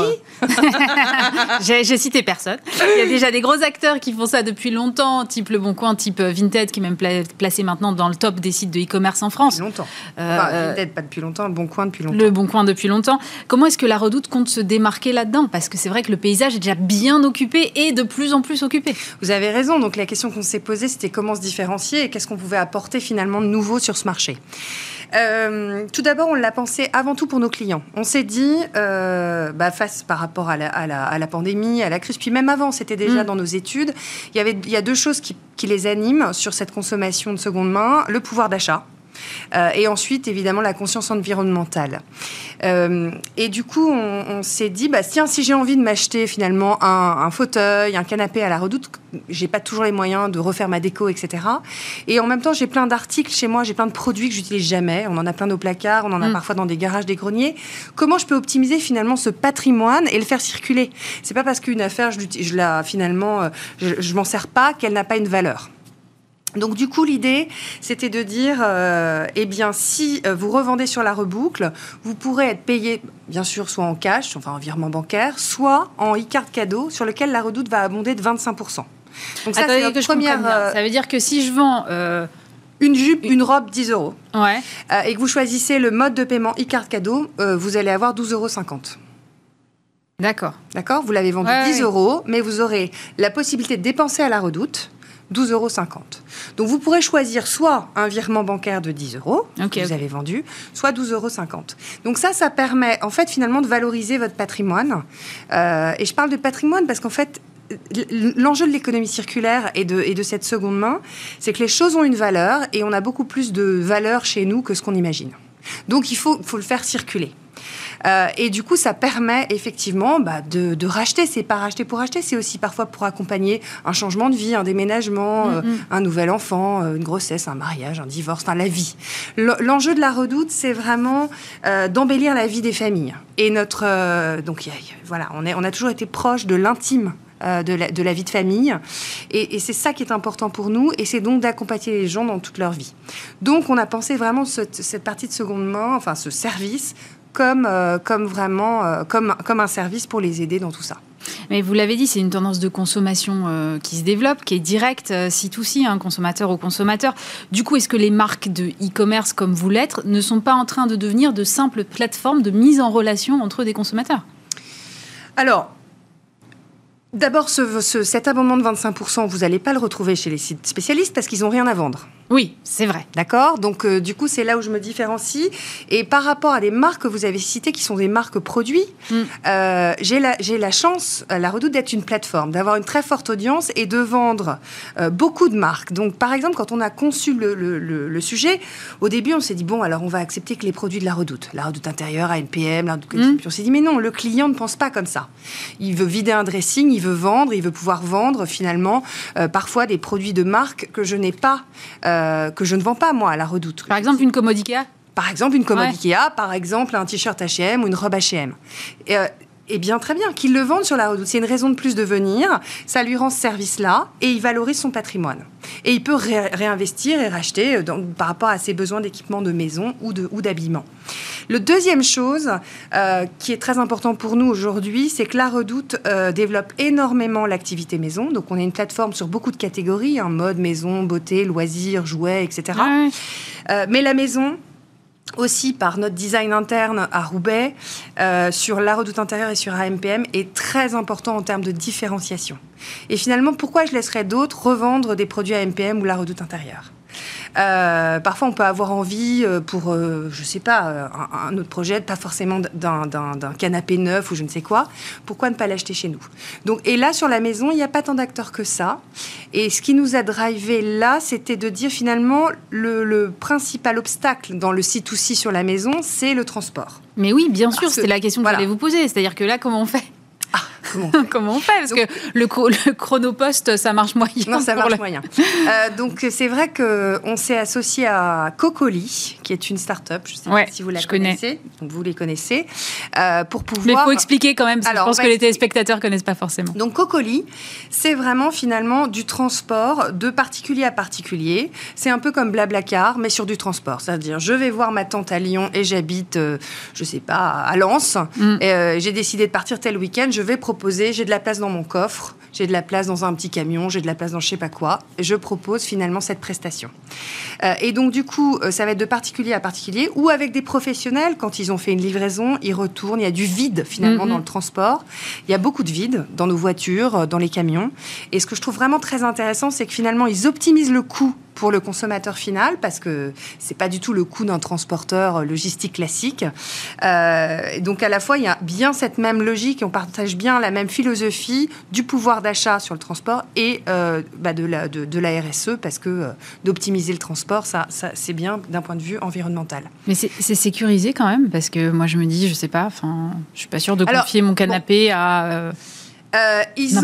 J'ai cité personne. Il y a déjà des gros acteurs qui font ça depuis longtemps, type Le Bon Coin, type Vinted, qui est même placé maintenant dans le top des sites de e-commerce en France. Depuis longtemps. Vinted, pas depuis longtemps, Le Bon Coin depuis longtemps. Le Bon Coin depuis longtemps. Comment est-ce que la Redoute compte se démarquer là-dedans? Parce que c'est vrai que le paysage est déjà bien occupé et de plus en plus occupé. Vous avez raison. Donc, la question qu'on s'est posée, c'était comment se différencier et qu'est-ce qu'on pouvait apporter finalement de nouveau sur ce marché. Tout d'abord, on l'a pensé avant tout pour nos clients. On s'est dit, face par rapport à la pandémie, à la crise, puis même avant, c'était déjà dans nos études, il y a deux choses qui les animent sur cette consommation de seconde main, le pouvoir d'achat. Et ensuite, évidemment, la conscience environnementale. Et du coup, on s'est dit, tiens, si j'ai envie de m'acheter finalement un fauteuil, un canapé à la Redoute, j'ai pas toujours les moyens de refaire ma déco, etc. Et en même temps, j'ai plein d'articles chez moi, j'ai plein de produits que j'utilise jamais. On en a plein nos placards, on en a parfois dans des garages, des greniers. Comment je peux optimiser finalement ce patrimoine et le faire circuler? C'est pas parce qu'une affaire, je m'en sers pas qu'elle n'a pas une valeur. Donc, du coup, l'idée, c'était de dire, si vous revendez sur la reboucle, vous pourrez être payé, bien sûr, soit en cash, enfin en virement bancaire, soit en e-carte cadeau, sur lequel la Redoute va abonder de 25%. Donc, ça, c'est notre première... Ça veut dire que si je vends... une jupe, une robe, 10 €. Ouais. Et que vous choisissez le mode de paiement e-carte cadeau, vous allez avoir 12,50 €. D'accord. D'accord? Vous l'avez vendu 10 €, mais vous aurez la possibilité de dépenser à la Redoute 12,50 €. Donc, vous pourrez choisir soit un virement bancaire de 10 € que vous avez vendu, soit 12,50 €. Donc, ça permet, en fait, finalement, de valoriser votre patrimoine. Et je parle de patrimoine parce qu'en fait, l'enjeu de l'économie circulaire et de cette seconde main, c'est que les choses ont une valeur et on a beaucoup plus de valeur chez nous que ce qu'on imagine. Donc, il faut le faire circuler. Et du coup, ça permet effectivement de racheter. C'est pas racheter pour acheter, c'est aussi parfois pour accompagner un changement de vie, un déménagement, un nouvel enfant, une grossesse, un mariage, un divorce, enfin la vie. L'enjeu de la Redoute, c'est vraiment d'embellir la vie des familles. Et on a toujours été proche de l'intime. De la vie de famille. Et c'est ça qui est important pour nous, et c'est donc d'accompagner les gens dans toute leur vie. Donc, on a pensé vraiment cette partie de seconde main, enfin ce service, comme un service pour les aider dans tout ça. Mais vous l'avez dit, c'est une tendance de consommation qui se développe, qui est directe, C2C, consommateur au consommateur. Du coup, est-ce que les marques de e-commerce comme vous l'êtes ne sont pas en train de devenir de simples plateformes de mise en relation entre des consommateurs? Alors, d'abord, cet abondement de 25%, vous n'allez pas le retrouver chez les sites spécialistes parce qu'ils n'ont rien à vendre. Oui, c'est vrai. D'accord? Donc, du coup, c'est là où je me différencie. Et par rapport à des marques que vous avez citées, qui sont des marques produits, j'ai la chance, la Redoute, d'être une plateforme, d'avoir une très forte audience et de vendre beaucoup de marques. Donc, par exemple, quand on a conçu le sujet, au début, on s'est dit, bon, alors on va accepter que les produits de la Redoute intérieure, ANPM, puis on s'est dit, mais non, le client ne pense pas comme ça. Il veut vider un dressing, il veut vendre, il veut pouvoir vendre, finalement, parfois des produits de marque que je n'ai pas... que je ne vends pas, moi, à la Redoute. Par exemple, une commode Ikea? Par exemple, une commode Ikea, par exemple, un t-shirt H&M ou une robe H&M. Eh bien, très bien, qu'il le vende sur la Redoute. C'est une raison de plus de venir. Ça lui rend ce service-là et il valorise son patrimoine. Et il peut réinvestir et racheter par rapport à ses besoins d'équipement de maison ou d'habillement. Le deuxième chose qui est très important pour nous aujourd'hui, c'est que la Redoute développe énormément l'activité maison. Donc, on est une plateforme sur beaucoup de catégories, mode, maison, beauté, loisirs, jouets, etc. Mais la maison... aussi par notre design interne à Roubaix, sur la Redoute intérieure et sur ANPM, est très important en termes de différenciation. Et finalement, pourquoi je laisserais d'autres revendre des produits ANPM ou la Redoute intérieure ? Parfois, on peut avoir envie pour, je sais pas, un autre projet, pas forcément d'un canapé neuf ou je ne sais quoi. Pourquoi ne pas l'acheter chez nous? Donc, et là, sur la maison, il n'y a pas tant d'acteurs que ça. Et ce qui nous a drivé là, c'était de dire finalement le principal obstacle dans le C2C sur la maison, c'est le transport. Mais oui, bien sûr, c'était la question que j'allais vous poser. C'est-à-dire que là, comment on fait? Comment on fait? Parce que le chronopost, ça marche moyen. Non, ça marche moyen. Donc, c'est vrai qu'on s'est associé à Cocoli, qui est une start-up. Je ne sais pas si vous la connaissez. Donc, vous les connaissez. Pour pouvoir... Mais il faut expliquer quand même, parce que je pense que les téléspectateurs ne connaissent pas forcément. Donc, Cocoli, c'est vraiment finalement du transport de particulier à particulier. C'est un peu comme Blablacar, mais sur du transport. C'est-à-dire, je vais voir ma tante à Lyon et j'habite, je ne sais pas, à Lens. Et, j'ai décidé de partir tel week-end. Je vais proposer, j'ai de la place dans mon coffre, j'ai de la place dans un petit camion, j'ai de la place dans je sais pas quoi, et je propose finalement cette prestation. Et donc du coup, ça va être de particulier à particulier, ou avec des professionnels, quand ils ont fait une livraison, ils retournent, il y a du vide finalement dans le transport, il y a beaucoup de vide dans nos voitures, dans les camions, et ce que je trouve vraiment très intéressant, c'est que finalement, ils optimisent le coût pour le consommateur final, parce que c'est pas du tout le coût d'un transporteur logistique classique. Donc à la fois, il y a bien cette même logique, et on partage bien la même philosophie du pouvoir d'achat sur le transport et de la RSE, parce que d'optimiser le transport, ça c'est bien d'un point de vue environnemental. Mais c'est sécurisé quand même, parce que moi je me dis, je sais pas, je suis pas sûre de confier mon canapé à... Ils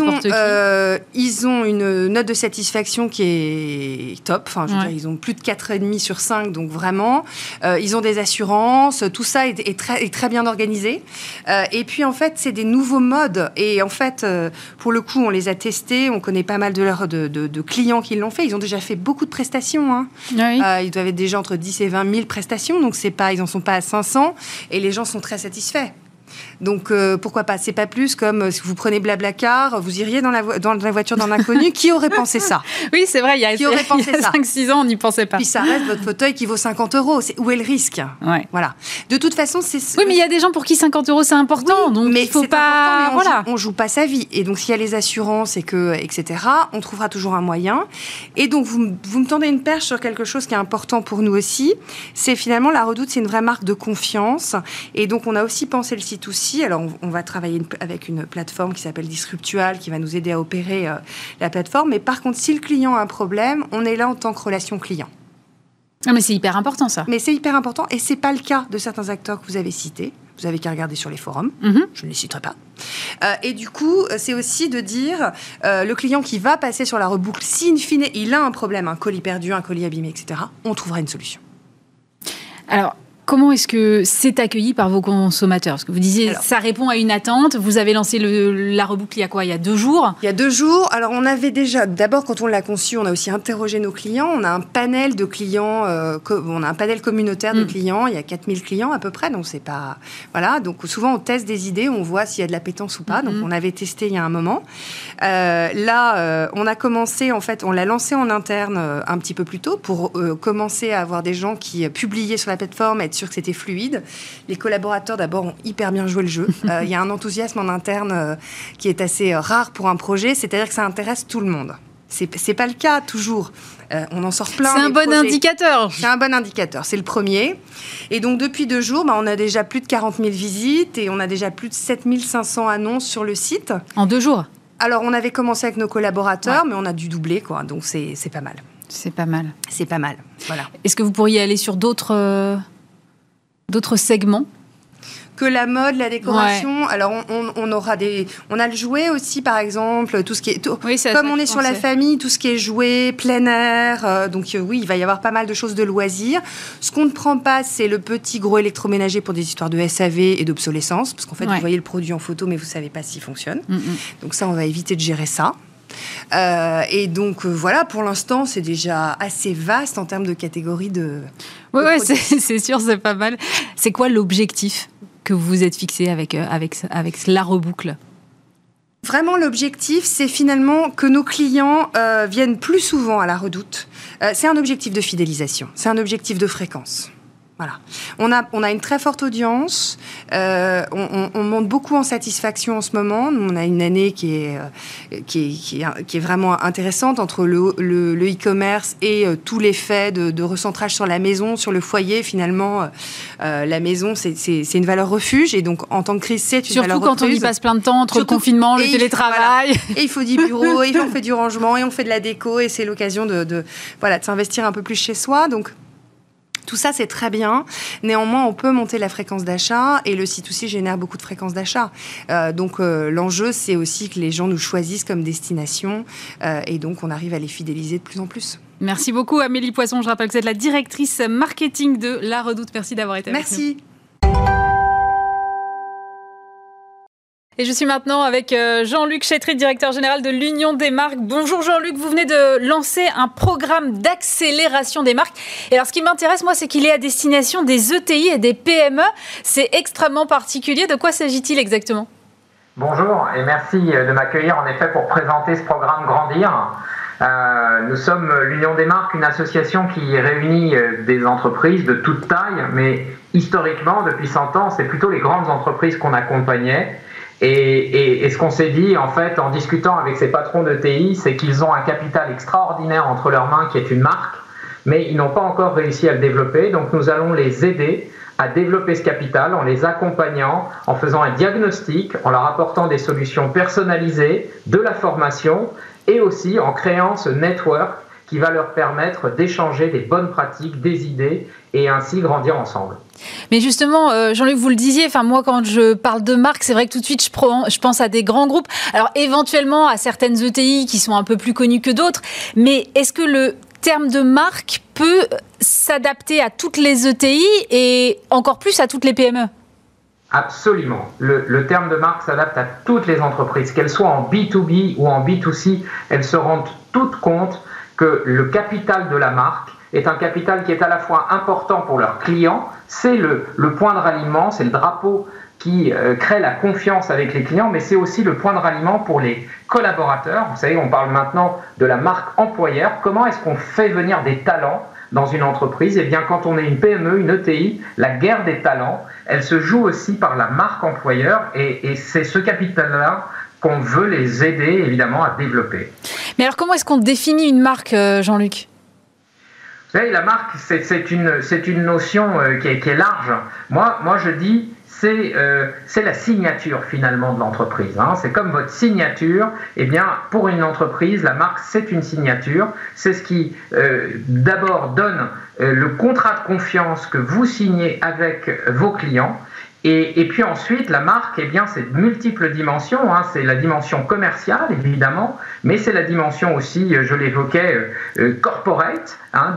ont une note de satisfaction qui est top. Enfin, je veux dire, ils ont plus de 4,5 sur 5, donc vraiment. Ils ont des assurances. Tout ça est très bien organisé. Et puis, en fait, c'est des nouveaux modes. Et en fait, pour le coup, on les a testés. On connaît pas mal de clients qui l'ont fait. Ils ont déjà fait beaucoup de prestations. Hein. Oui. Ils doivent être déjà entre 10 et 20 000 prestations. Donc, ils n'en sont pas à 500. Et les gens sont très satisfaits. Donc, pourquoi pas? C'est pas plus comme si vous prenez Blablacar, vous iriez dans la voiture d'un inconnu. Qui aurait pensé ça? Oui, c'est vrai, il y a 5-6 ans, on n'y pensait pas. Puis ça reste votre fauteuil qui vaut 50 €. Où est le risque? Voilà. De toute façon, c'est... Oui, mais il y a des gens pour qui 50 € c'est important. Oui, donc, il faut pas... Important, mais on joue pas sa vie. Et donc, s'il y a les assurances, etc., on trouvera toujours un moyen. Et donc, vous me tendez une perche sur quelque chose qui est important pour nous aussi. C'est finalement, La Redoute, c'est une vraie marque de confiance. Et donc, on a aussi pensé le C2C. Alors, on va travailler avec une plateforme qui s'appelle Disruptual, qui va nous aider à opérer la plateforme. Mais par contre, si le client a un problème, on est là en tant que relation client. Ah, mais c'est hyper important, ça. Mais c'est hyper important, et c'est pas le cas de certains acteurs que vous avez cités. Vous avez qu'à regarder sur les forums. Je ne les citerai pas. Et du coup, c'est aussi de dire, le client qui va passer sur la reboucle, si in fine, il a un problème, un colis perdu, un colis abîmé, etc., on trouvera une solution. Alors, comment est-ce que c'est accueilli par vos consommateurs? Parce que vous disiez, ça répond à une attente. Vous avez lancé la reboucle il y a quoi? Il y a 2 jours? Il y a 2 jours. Alors, on avait déjà... D'abord, quand on l'a conçu, on a aussi interrogé nos clients. On a un panel de clients... on a un panel communautaire de clients. Il y a 4000 clients à peu près. Donc, c'est pas... Voilà. Donc, souvent, on teste des idées. On voit s'il y a de l'appétence ou pas. Donc, on avait testé il y a un moment. On a commencé... En fait, on l'a lancé en interne un petit peu plus tôt pour commencer à avoir des gens qui publiaient sur la plateforme, être sûr que c'était fluide. Les collaborateurs, d'abord, ont hyper bien joué le jeu. Il y a un enthousiasme en interne qui est assez rare pour un projet, c'est-à-dire que ça intéresse tout le monde. C'est pas le cas, toujours. On en sort plein. C'est un bon indicateur. C'est un bon indicateur, c'est le premier. Et donc, depuis 2 jours, on a déjà plus de 40 000 visites et on a déjà plus de 7 500 annonces sur le site. En 2 jours? Alors, on avait commencé avec nos collaborateurs, mais on a dû doubler, quoi. Donc, c'est pas mal. C'est pas mal. C'est pas mal, voilà. Est-ce que vous pourriez aller sur d'autres segments que la mode, la décoration? Alors, on aura on a le jouet aussi, par exemple, tout ce qui est... comme on est sur la famille, tout ce qui est jouet, plein air, donc oui, il va y avoir pas mal de choses de loisirs. Ce qu'on ne prend pas, c'est le petit gros électroménager pour des histoires de SAV et d'obsolescence, parce qu'en fait, vous voyez le produit en photo, mais vous savez pas s'il fonctionne. Donc ça, on va éviter de gérer ça. Et donc, voilà, pour l'instant, c'est déjà assez vaste en termes de catégories de... Oui, c'est sûr, c'est pas mal. C'est quoi l'objectif que vous vous êtes fixé avec la reboucle? Vraiment, l'objectif, c'est finalement que nos clients viennent plus souvent à la Redoute. C'est un objectif de fidélisation, c'est un objectif de fréquence. Voilà. On a une très forte audience. On monte beaucoup en satisfaction en ce moment. On a une année qui est vraiment intéressante entre le e-commerce et tout l'effet de recentrage sur la maison, sur le foyer. Finalement, la maison, c'est une valeur refuge. Et donc, en temps de crise, c'est une valeur refuge. Surtout quand on y passe plein de temps entre le confinement, le télétravail. Voilà. Et il faut 10 bureaux, et on fait du rangement, et on fait de la déco. Et c'est l'occasion de s'investir un peu plus chez soi. Donc, tout ça, c'est très bien. Néanmoins, on peut monter la fréquence d'achat et le C2C génère beaucoup de fréquences d'achat. Donc, l'enjeu, c'est aussi que les gens nous choisissent comme destination et donc on arrive à les fidéliser de plus en plus. Merci beaucoup, Amélie Poisson. Je rappelle que vous êtes la directrice marketing de La Redoute. Merci d'avoir été avec nous. Merci. Et je suis maintenant avec Jean-Luc Chétry, directeur général de l'Union des marques. Bonjour Jean-Luc, vous venez de lancer un programme d'accélération des marques. Et alors ce qui m'intéresse, moi, c'est qu'il est à destination des ETI et des PME. C'est extrêmement particulier. De quoi s'agit-il exactement ? Bonjour et merci de m'accueillir en effet pour présenter ce programme Grandir. Nous sommes l'Union des marques, une association qui réunit des entreprises de toute taille, mais historiquement, depuis 100 ans, c'est plutôt les grandes entreprises qu'on accompagnait. Et ce qu'on s'est dit, en fait, en discutant avec ces patrons d'ETI, c'est qu'ils ont un capital extraordinaire entre leurs mains qui est une marque, mais ils n'ont pas encore réussi à le développer. Donc nous allons les aider à développer ce capital en les accompagnant, en faisant un diagnostic, en leur apportant des solutions personnalisées, de la formation et aussi en créant ce network qui va leur permettre d'échanger des bonnes pratiques, des idées et ainsi grandir ensemble. Mais justement, Jean-Luc, vous le disiez, moi quand je parle de marque, c'est vrai que tout de suite je pense à des grands groupes. Alors éventuellement à certaines ETI qui sont un peu plus connues que d'autres, mais est-ce que le terme de marque peut s'adapter à toutes les ETI et encore plus à toutes les PME ? Absolument. Le terme de marque s'adapte à toutes les entreprises, qu'elles soient en B2B ou en B2C, elles se rendent toutes compte que le capital de la marque est un capital qui est à la fois important pour leurs clients, c'est le point de ralliement, c'est le drapeau qui crée la confiance avec les clients, mais c'est aussi le point de ralliement pour les collaborateurs. Vous savez, on parle maintenant de la marque employeur. Comment est-ce qu'on fait venir des talents dans une entreprise ? Eh bien, quand on est une PME, une ETI, la guerre des talents, elle se joue aussi par la marque employeur et c'est ce capital-là qu'on veut les aider, évidemment, à développer. Mais alors, comment est-ce qu'on définit une marque, Jean-Luc ? Vous savez, la marque, c'est une notion qui est large. Moi, je dis, c'est la signature, finalement, de l'entreprise. C'est comme votre signature. Eh bien, pour une entreprise, la marque, c'est une signature. C'est ce qui, d'abord, donne le contrat de confiance que vous signez avec vos clients. Et puis ensuite, la marque, eh bien, c'est de multiples dimensions. C'est la dimension commerciale, évidemment, mais c'est la dimension aussi, je l'évoquais, corporate,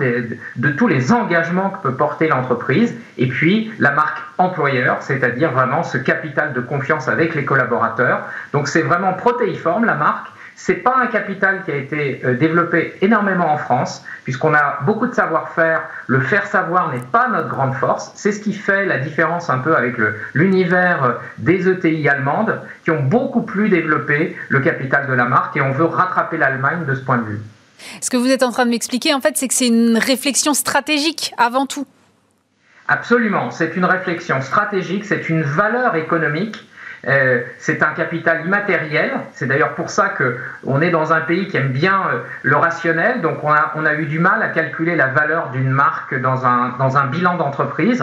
de tous les engagements que peut porter l'entreprise. Et puis, la marque employeur, c'est-à-dire vraiment ce capital de confiance avec les collaborateurs. Donc, c'est vraiment protéiforme, la marque. C'est pas un capital qui a été développé énormément en France, puisqu'on a beaucoup de savoir-faire. Le faire savoir n'est pas notre grande force. C'est ce qui fait la différence un peu avec l'univers des ETI allemandes, qui ont beaucoup plus développé le capital de la marque, et on veut rattraper l'Allemagne de ce point de vue. Ce que vous êtes en train de m'expliquer, en fait, c'est que c'est une réflexion stratégique avant tout. Absolument, c'est une réflexion stratégique, c'est une valeur économique. C'est un capital immatériel. C'est d'ailleurs pour ça qu'on est dans un pays qui aime bien le rationnel. Donc on a eu du mal à calculer la valeur d'une marque dans un bilan d'entreprise.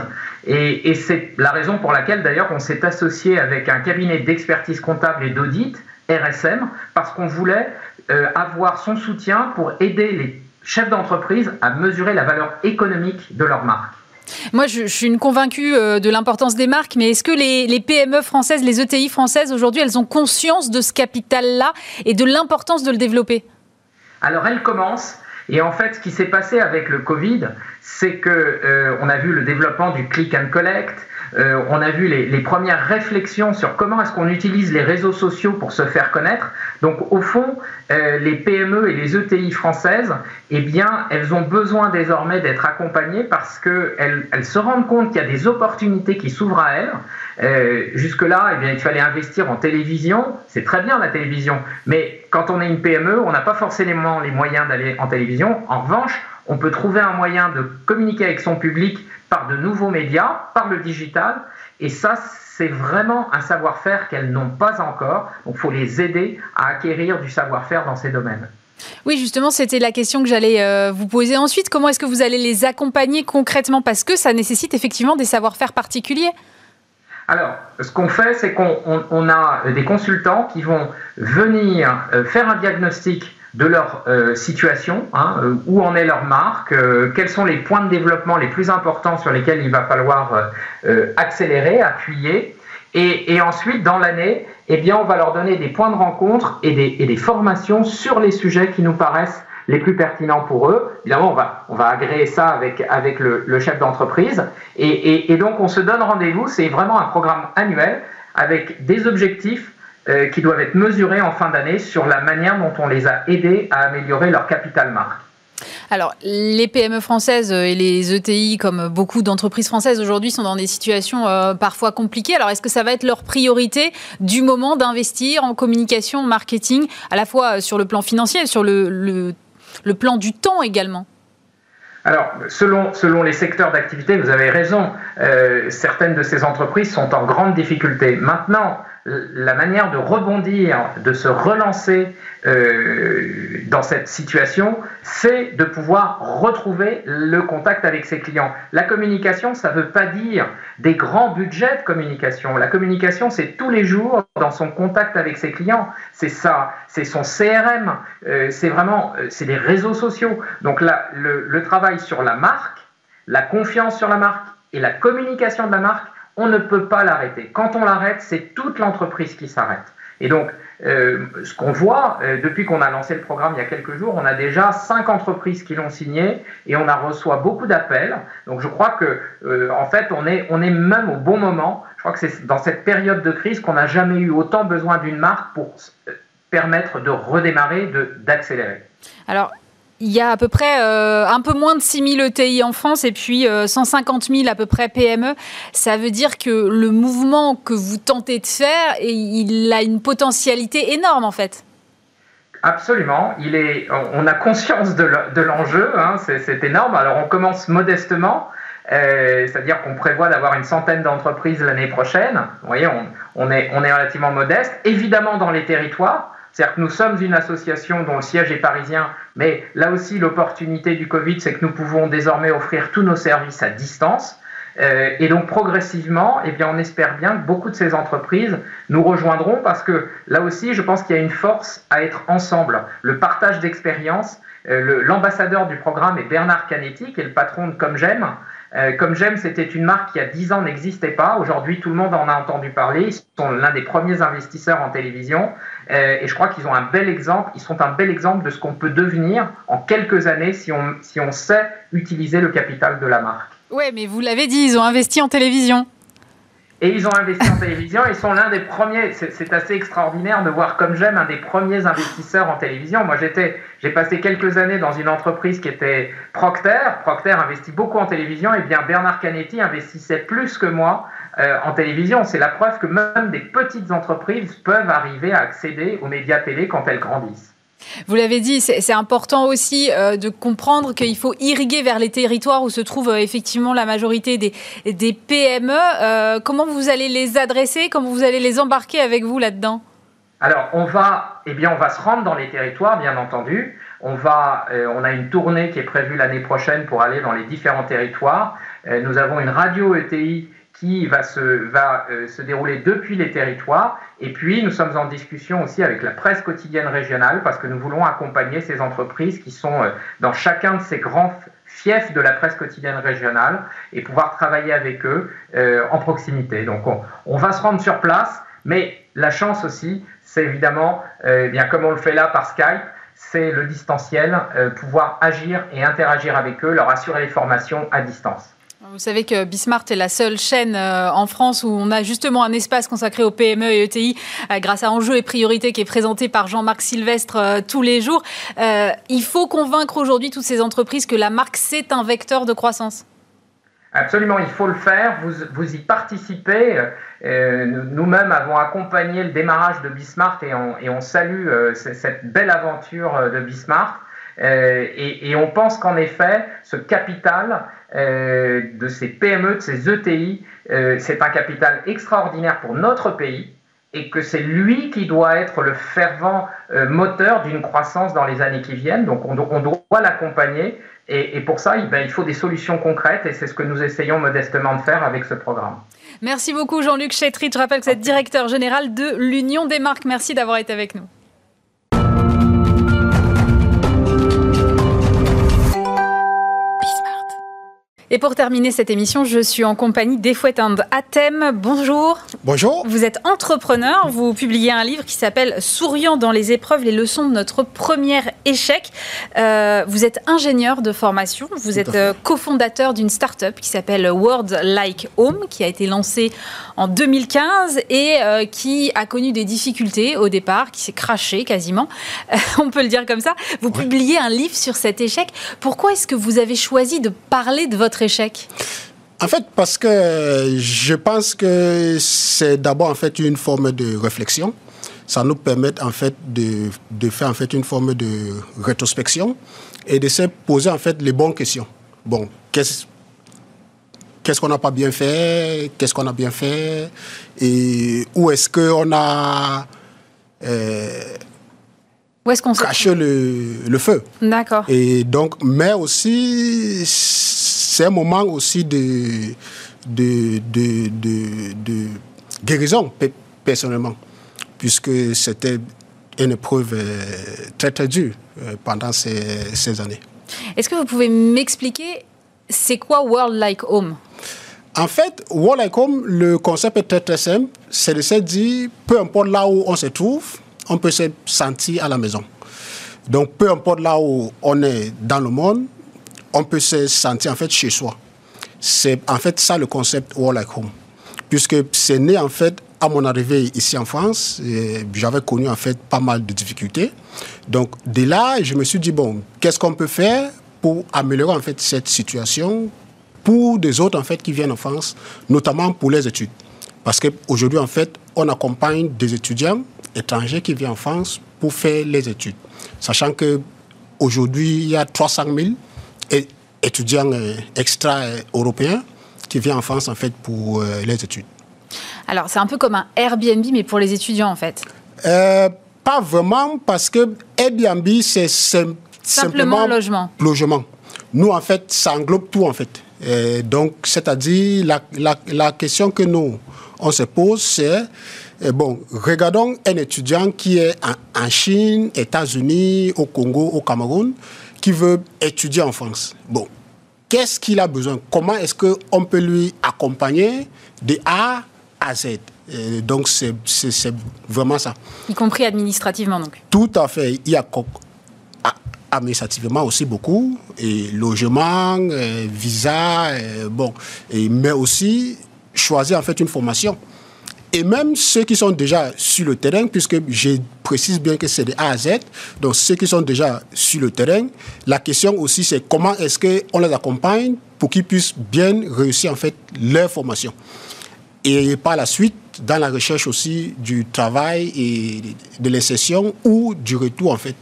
Et c'est la raison pour laquelle d'ailleurs on s'est associé avec un cabinet d'expertise comptable et d'audit, RSM, parce qu'on voulait avoir son soutien pour aider les chefs d'entreprise à mesurer la valeur économique de leur marque. Moi, je suis une convaincue de l'importance des marques, mais est-ce que les PME françaises, les ETI françaises, aujourd'hui, elles ont conscience de ce capital-là et de l'importance de le développer ? Alors, elles commencent. Et en fait, ce qui s'est passé avec le Covid, c'est qu'on a vu le développement du click and collect, on a vu les premières réflexions sur comment est-ce qu'on utilise les réseaux sociaux pour se faire connaître. Donc au fond, les PME et les ETI françaises, eh bien, elles ont besoin désormais d'être accompagnées parce qu'elles se rendent compte qu'il y a des opportunités qui s'ouvrent à elles. Jusque-là, eh bien, il fallait investir en télévision. C'est très bien la télévision, mais quand on est une PME, on n'a pas forcément les moyens d'aller en télévision. En revanche, on peut trouver un moyen de communiquer avec son public par de nouveaux médias, par le digital. Et ça, c'est vraiment un savoir-faire qu'elles n'ont pas encore. Donc, il faut les aider à acquérir du savoir-faire dans ces domaines. Oui, justement, c'était la question que j'allais vous poser ensuite. Comment est-ce que vous allez les accompagner concrètement ? Parce que ça nécessite effectivement des savoir-faire particuliers. Alors, ce qu'on fait, c'est qu'on a des consultants qui vont venir faire un diagnostic de leur situation, où en est leur marque, quels sont les points de développement les plus importants sur lesquels il va falloir accélérer, appuyer. Et ensuite, dans l'année, eh bien, on va leur donner des points de rencontre et des formations sur les sujets qui nous paraissent les plus pertinents pour eux. Évidemment, on va agréer ça avec le chef d'entreprise. Et donc, on se donne rendez-vous. C'est vraiment un programme annuel avec des objectifs qui doivent être mesurés en fin d'année sur la manière dont on les a aidés à améliorer leur capital marque. Alors, les PME françaises et les ETI, comme beaucoup d'entreprises françaises aujourd'hui, sont dans des situations parfois compliquées. Alors, est-ce que ça va être leur priorité du moment d'investir en communication, en marketing, à la fois sur le plan financier et sur le plan du temps également ? Alors, selon les secteurs d'activité, vous avez raison, certaines de ces entreprises sont en grande difficulté. Maintenant, la manière de rebondir, de se relancer dans cette situation, c'est de pouvoir retrouver le contact avec ses clients. La communication, ça ne veut pas dire des grands budgets de communication. La communication, c'est tous les jours dans son contact avec ses clients. C'est ça, c'est son CRM, c'est les réseaux sociaux. Donc là, le travail sur la marque, la confiance sur la marque et la communication de la marque, on ne peut pas l'arrêter. Quand on l'arrête, c'est toute l'entreprise qui s'arrête. Et donc, ce qu'on voit, depuis qu'on a lancé le programme il y a quelques jours, on a déjà 5 entreprises qui l'ont signé et on a reçu beaucoup d'appels. Donc, je crois que, en fait, on est même au bon moment. Je crois que c'est dans cette période de crise qu'on n'a jamais eu autant besoin d'une marque pour permettre de redémarrer, d'accélérer. Alors, il y a à peu près un peu moins de 6 000 ETI en France et puis 150 000 à peu près PME. Ça veut dire que le mouvement que vous tentez de faire, il a une potentialité énorme en fait. Absolument. On a conscience de l'enjeu, c'est énorme. Alors on commence modestement, c'est-à-dire qu'on prévoit d'avoir une centaine d'entreprises l'année prochaine. Vous voyez, on est relativement modeste. Évidemment dans les territoires. C'est-à-dire que nous sommes une association dont le siège est parisien, mais là aussi l'opportunité du Covid, c'est que nous pouvons désormais offrir tous nos services à distance. Et donc progressivement, eh bien, on espère bien que beaucoup de ces entreprises nous rejoindront parce que là aussi, je pense qu'il y a une force à être ensemble. Le partage d'expérience, l'ambassadeur du programme est Bernard Canetti, qui est le patron de Comme J'aime. Comme J'aime, c'était une marque qui, il y a 10 ans, n'existait pas. Aujourd'hui, tout le monde en a entendu parler. Ils sont l'un des premiers investisseurs en télévision. Et je crois qu'ils ont un bel exemple. Ils sont un bel exemple de ce qu'on peut devenir en quelques années si on sait utiliser le capital de la marque. Oui, mais vous l'avez dit, ils ont investi en télévision. Et ils ont investi en télévision. Ils sont l'un des premiers. C'est assez extraordinaire de voir Comme J'aime un des premiers investisseurs en télévision. Moi, j'ai passé quelques années dans une entreprise qui était Procter. Procter investit beaucoup en télévision. Et bien, Bernard Canetti investissait plus que moi en télévision. C'est la preuve que même des petites entreprises peuvent arriver à accéder aux médias télé quand elles grandissent. Vous l'avez dit, c'est important aussi de comprendre qu'il faut irriguer vers les territoires où se trouve effectivement la majorité des PME. Comment vous allez les adresser? Comment vous allez les embarquer avec vous là-dedans? Alors, on va se rendre dans les territoires, bien entendu. On a une tournée qui est prévue l'année prochaine pour aller dans les différents territoires. Nous avons une radio ETI qui va se dérouler depuis les territoires. Et puis, nous sommes en discussion aussi avec la presse quotidienne régionale parce que nous voulons accompagner ces entreprises qui sont dans chacun de ces grands fiefs de la presse quotidienne régionale et pouvoir travailler avec eux en proximité. Donc, on va se rendre sur place, mais la chance aussi, c'est évidemment, bien comme on le fait là par Skype, c'est le distanciel, pouvoir agir et interagir avec eux, leur assurer les formations à distance. Vous savez que Bismart est la seule chaîne en France où on a justement un espace consacré aux PME et ETI grâce à Enjeux et Priorités qui est présenté par Jean-Marc Sylvestre tous les jours. Il faut convaincre aujourd'hui toutes ces entreprises que la marque, c'est un vecteur de croissance. Absolument, il faut le faire. Vous y participez. Nous-mêmes avons accompagné le démarrage de Bismart et on salue cette belle aventure de Bismart. Et on pense qu'en effet, ce capital de ces PME, de ces ETI, c'est un capital extraordinaire pour notre pays et que c'est lui qui doit être le fervent moteur d'une croissance dans les années qui viennent. Donc on doit l'accompagner. Et pour ça, il faut des solutions concrètes et c'est ce que nous essayons modestement de faire avec ce programme. Merci beaucoup Jean-Luc Chettrit. Je rappelle que vous êtes directeur général de l'Union des marques. Merci d'avoir été avec nous. Et pour terminer cette émission, je suis en compagnie d'Efouet and Hatem. Bonjour. Bonjour. Vous êtes entrepreneur, vous publiez un livre qui s'appelle « Souriant dans les épreuves, les leçons de notre premier échec ». Vous êtes ingénieur de formation, vous êtes cofondateur d'une start-up qui s'appelle World Like Home, qui a été lancée en 2015 et qui a connu des difficultés au départ, qui s'est crashée quasiment, on peut le dire comme ça. Vous publiez un livre sur cet échec. Pourquoi est-ce que vous avez choisi de parler de votre échec? En fait, parce que je pense que c'est d'abord en fait une forme de réflexion. Ça nous permet en fait de faire en fait une forme de rétrospection et de se poser en fait les bonnes questions. Bon, qu'est-ce qu'on n'a pas bien fait? Qu'est-ce qu'on a bien fait? Et où est-ce qu'on a où est-ce qu'on caché le feu? D'accord. Et donc, mais aussi c'est un moment aussi de guérison, personnellement, puisque c'était une épreuve très, très dure pendant ces années. Est-ce que vous pouvez m'expliquer, c'est quoi World Like Home? En fait, World Like Home, le concept est très, très simple. C'est de se dire, peu importe là où on se trouve, on peut se sentir à la maison. Donc, peu importe là où on est dans le monde, on peut se sentir en fait chez soi. C'est en fait ça le concept World Like Home. Puisque c'est né en fait à mon arrivée ici en France, j'avais connu en fait pas mal de difficultés. Donc de là, je me suis dit bon, qu'est-ce qu'on peut faire pour améliorer en fait cette situation pour des autres en fait qui viennent en France, notamment pour les études. Parce qu'aujourd'hui en fait, on accompagne des étudiants étrangers qui viennent en France pour faire les études. Sachant qu'aujourd'hui, il y a 300 000 étudiants extra-européens qui viennent en France en fait pour les études. Alors, c'est un peu comme un Airbnb, mais pour les étudiants en fait. Pas vraiment, parce que Airbnb, c'est simplement logement. Nous, en fait, ça englobe tout en fait. Donc, c'est-à-dire, la question que nous, on se pose, c'est, bon, regardons un étudiant qui est en Chine, États-Unis, au Congo, au Cameroun, qui veut étudier en France. Bon, qu'est-ce qu'il a besoin? Comment est-ce qu'on peut lui accompagner de A à Z? Donc, c'est vraiment ça. Y compris administrativement, donc? Tout à fait. Il y a administrativement aussi beaucoup, et logement, visa, bon, mais aussi choisir en fait une formation. Et même ceux qui sont déjà sur le terrain, puisque je précise bien que c'est de A à Z, donc ceux qui sont déjà sur le terrain, la question aussi c'est comment est-ce qu'on les accompagne pour qu'ils puissent bien réussir en fait leur formation. Et par la suite, dans la recherche aussi du travail et de l'insertion ou du retour en fait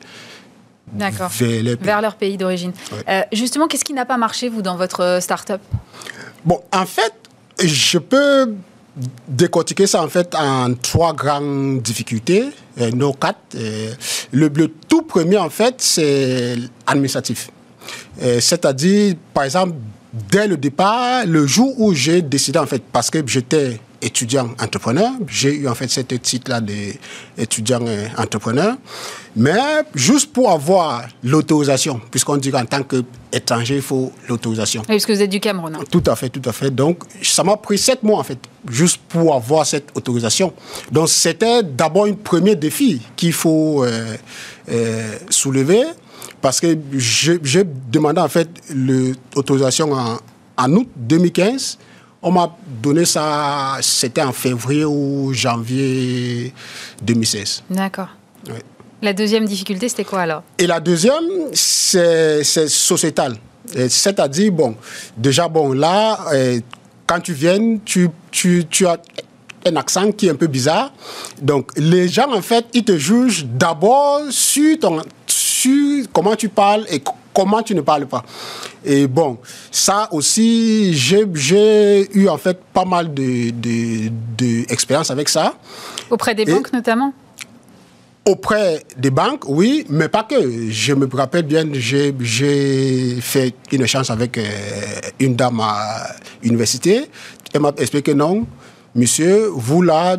vers leur pays d'origine. Ouais. Justement, qu'est-ce qui n'a pas marché, vous, dans votre start-up? Bon, en fait, je peux décortiquer ça en fait en 3 grandes difficultés, non 4. Le tout premier en fait c'est administratif. C'est-à-dire, par exemple, dès le départ, le jour où j'ai décidé en fait, parce que j'étais étudiant entrepreneur, j'ai eu en fait cette titre-là d'étudiant entrepreneur, mais juste pour avoir l'autorisation, puisqu'on dit qu'en tant qu'étranger, il faut l'autorisation. Oui, parce que vous êtes du Cameroun. Hein. Tout à fait, tout à fait. Donc, ça m'a pris 7 mois en fait, juste pour avoir cette autorisation. Donc, c'était d'abord un premier défi qu'il faut soulever, parce que j'ai demandé en fait l'autorisation en août 2015. On m'a donné ça, c'était en février ou janvier 2016. D'accord. Oui. La deuxième difficulté, c'était quoi alors? Et la deuxième, c'est sociétal. C'est-à-dire, bon, déjà, bon, là, quand tu viens, tu as un accent qui est un peu bizarre. Donc, les gens, en fait, ils te jugent d'abord sur comment tu parles et comment tu ne parles pas. Et bon, ça aussi, j'ai eu, en fait, pas mal d'expérience avec ça. Auprès des banques, notamment? Auprès des banques, oui, mais pas que. Je me rappelle bien, j'ai fait une échange avec une dame à l'université. Elle m'a expliqué non, monsieur, vous là,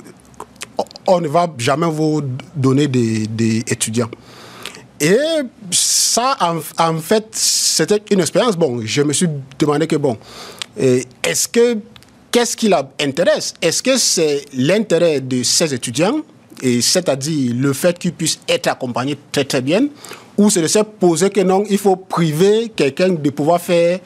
on ne va jamais vous donner des étudiants. Et ça, en fait, c'était une expérience. Bon, je me suis demandé que, bon, qu'est-ce qui l'intéresse? Est-ce que c'est l'intérêt de ces étudiants, et c'est-à-dire le fait qu'ils puissent être accompagnés très très bien, ou c'est de se poser que non, il faut priver quelqu'un de pouvoir faire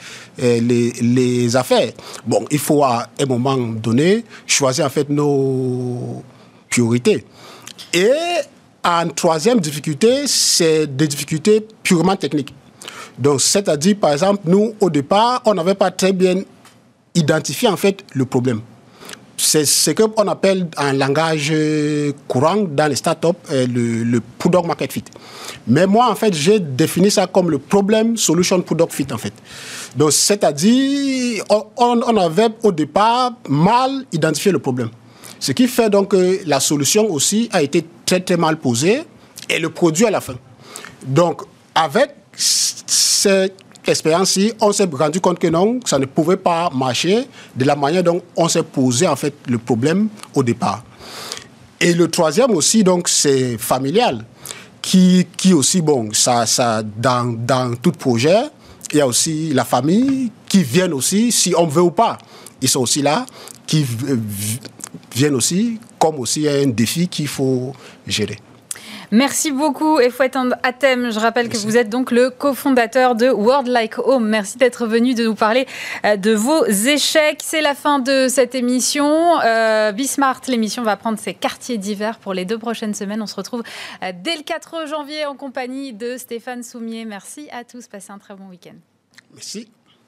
les affaires. Bon, il faut à un moment donné choisir en fait nos priorités. Et en troisième difficulté, c'est des difficultés purement techniques. Donc, c'est-à-dire, par exemple, nous, au départ, on n'avait pas très bien identifié en fait le problème. C'est ce qu'on appelle en langage courant dans les startups le product market fit. Mais moi, en fait, j'ai défini ça comme le problem solution product fit, en fait. Donc, c'est-à-dire, on avait au départ mal identifié le problème. Ce qui fait donc que la solution aussi a été très, très mal posée et le produit à la fin. Donc, avec cette expérience-ci, on s'est rendu compte que non, ça ne pouvait pas marcher de la manière dont on s'est posé en fait le problème au départ. Et le troisième aussi, donc, c'est familial, qui aussi, bon, ça dans tout projet, il y a aussi la famille qui vient aussi, si on veut ou pas, ils sont aussi là, qui viennent aussi, comme aussi un défi qu'il faut gérer. Merci beaucoup, Efouet Hatem. Je rappelle que vous êtes donc le cofondateur de World Like Home. Merci d'être venu de nous parler de vos échecs. C'est la fin de cette émission. Bismart, l'émission va prendre ses quartiers d'hiver pour les 2 prochaines semaines. On se retrouve dès le 4 janvier en compagnie de Stéphane Soumier. Merci à tous. Passez un très bon week-end. Merci.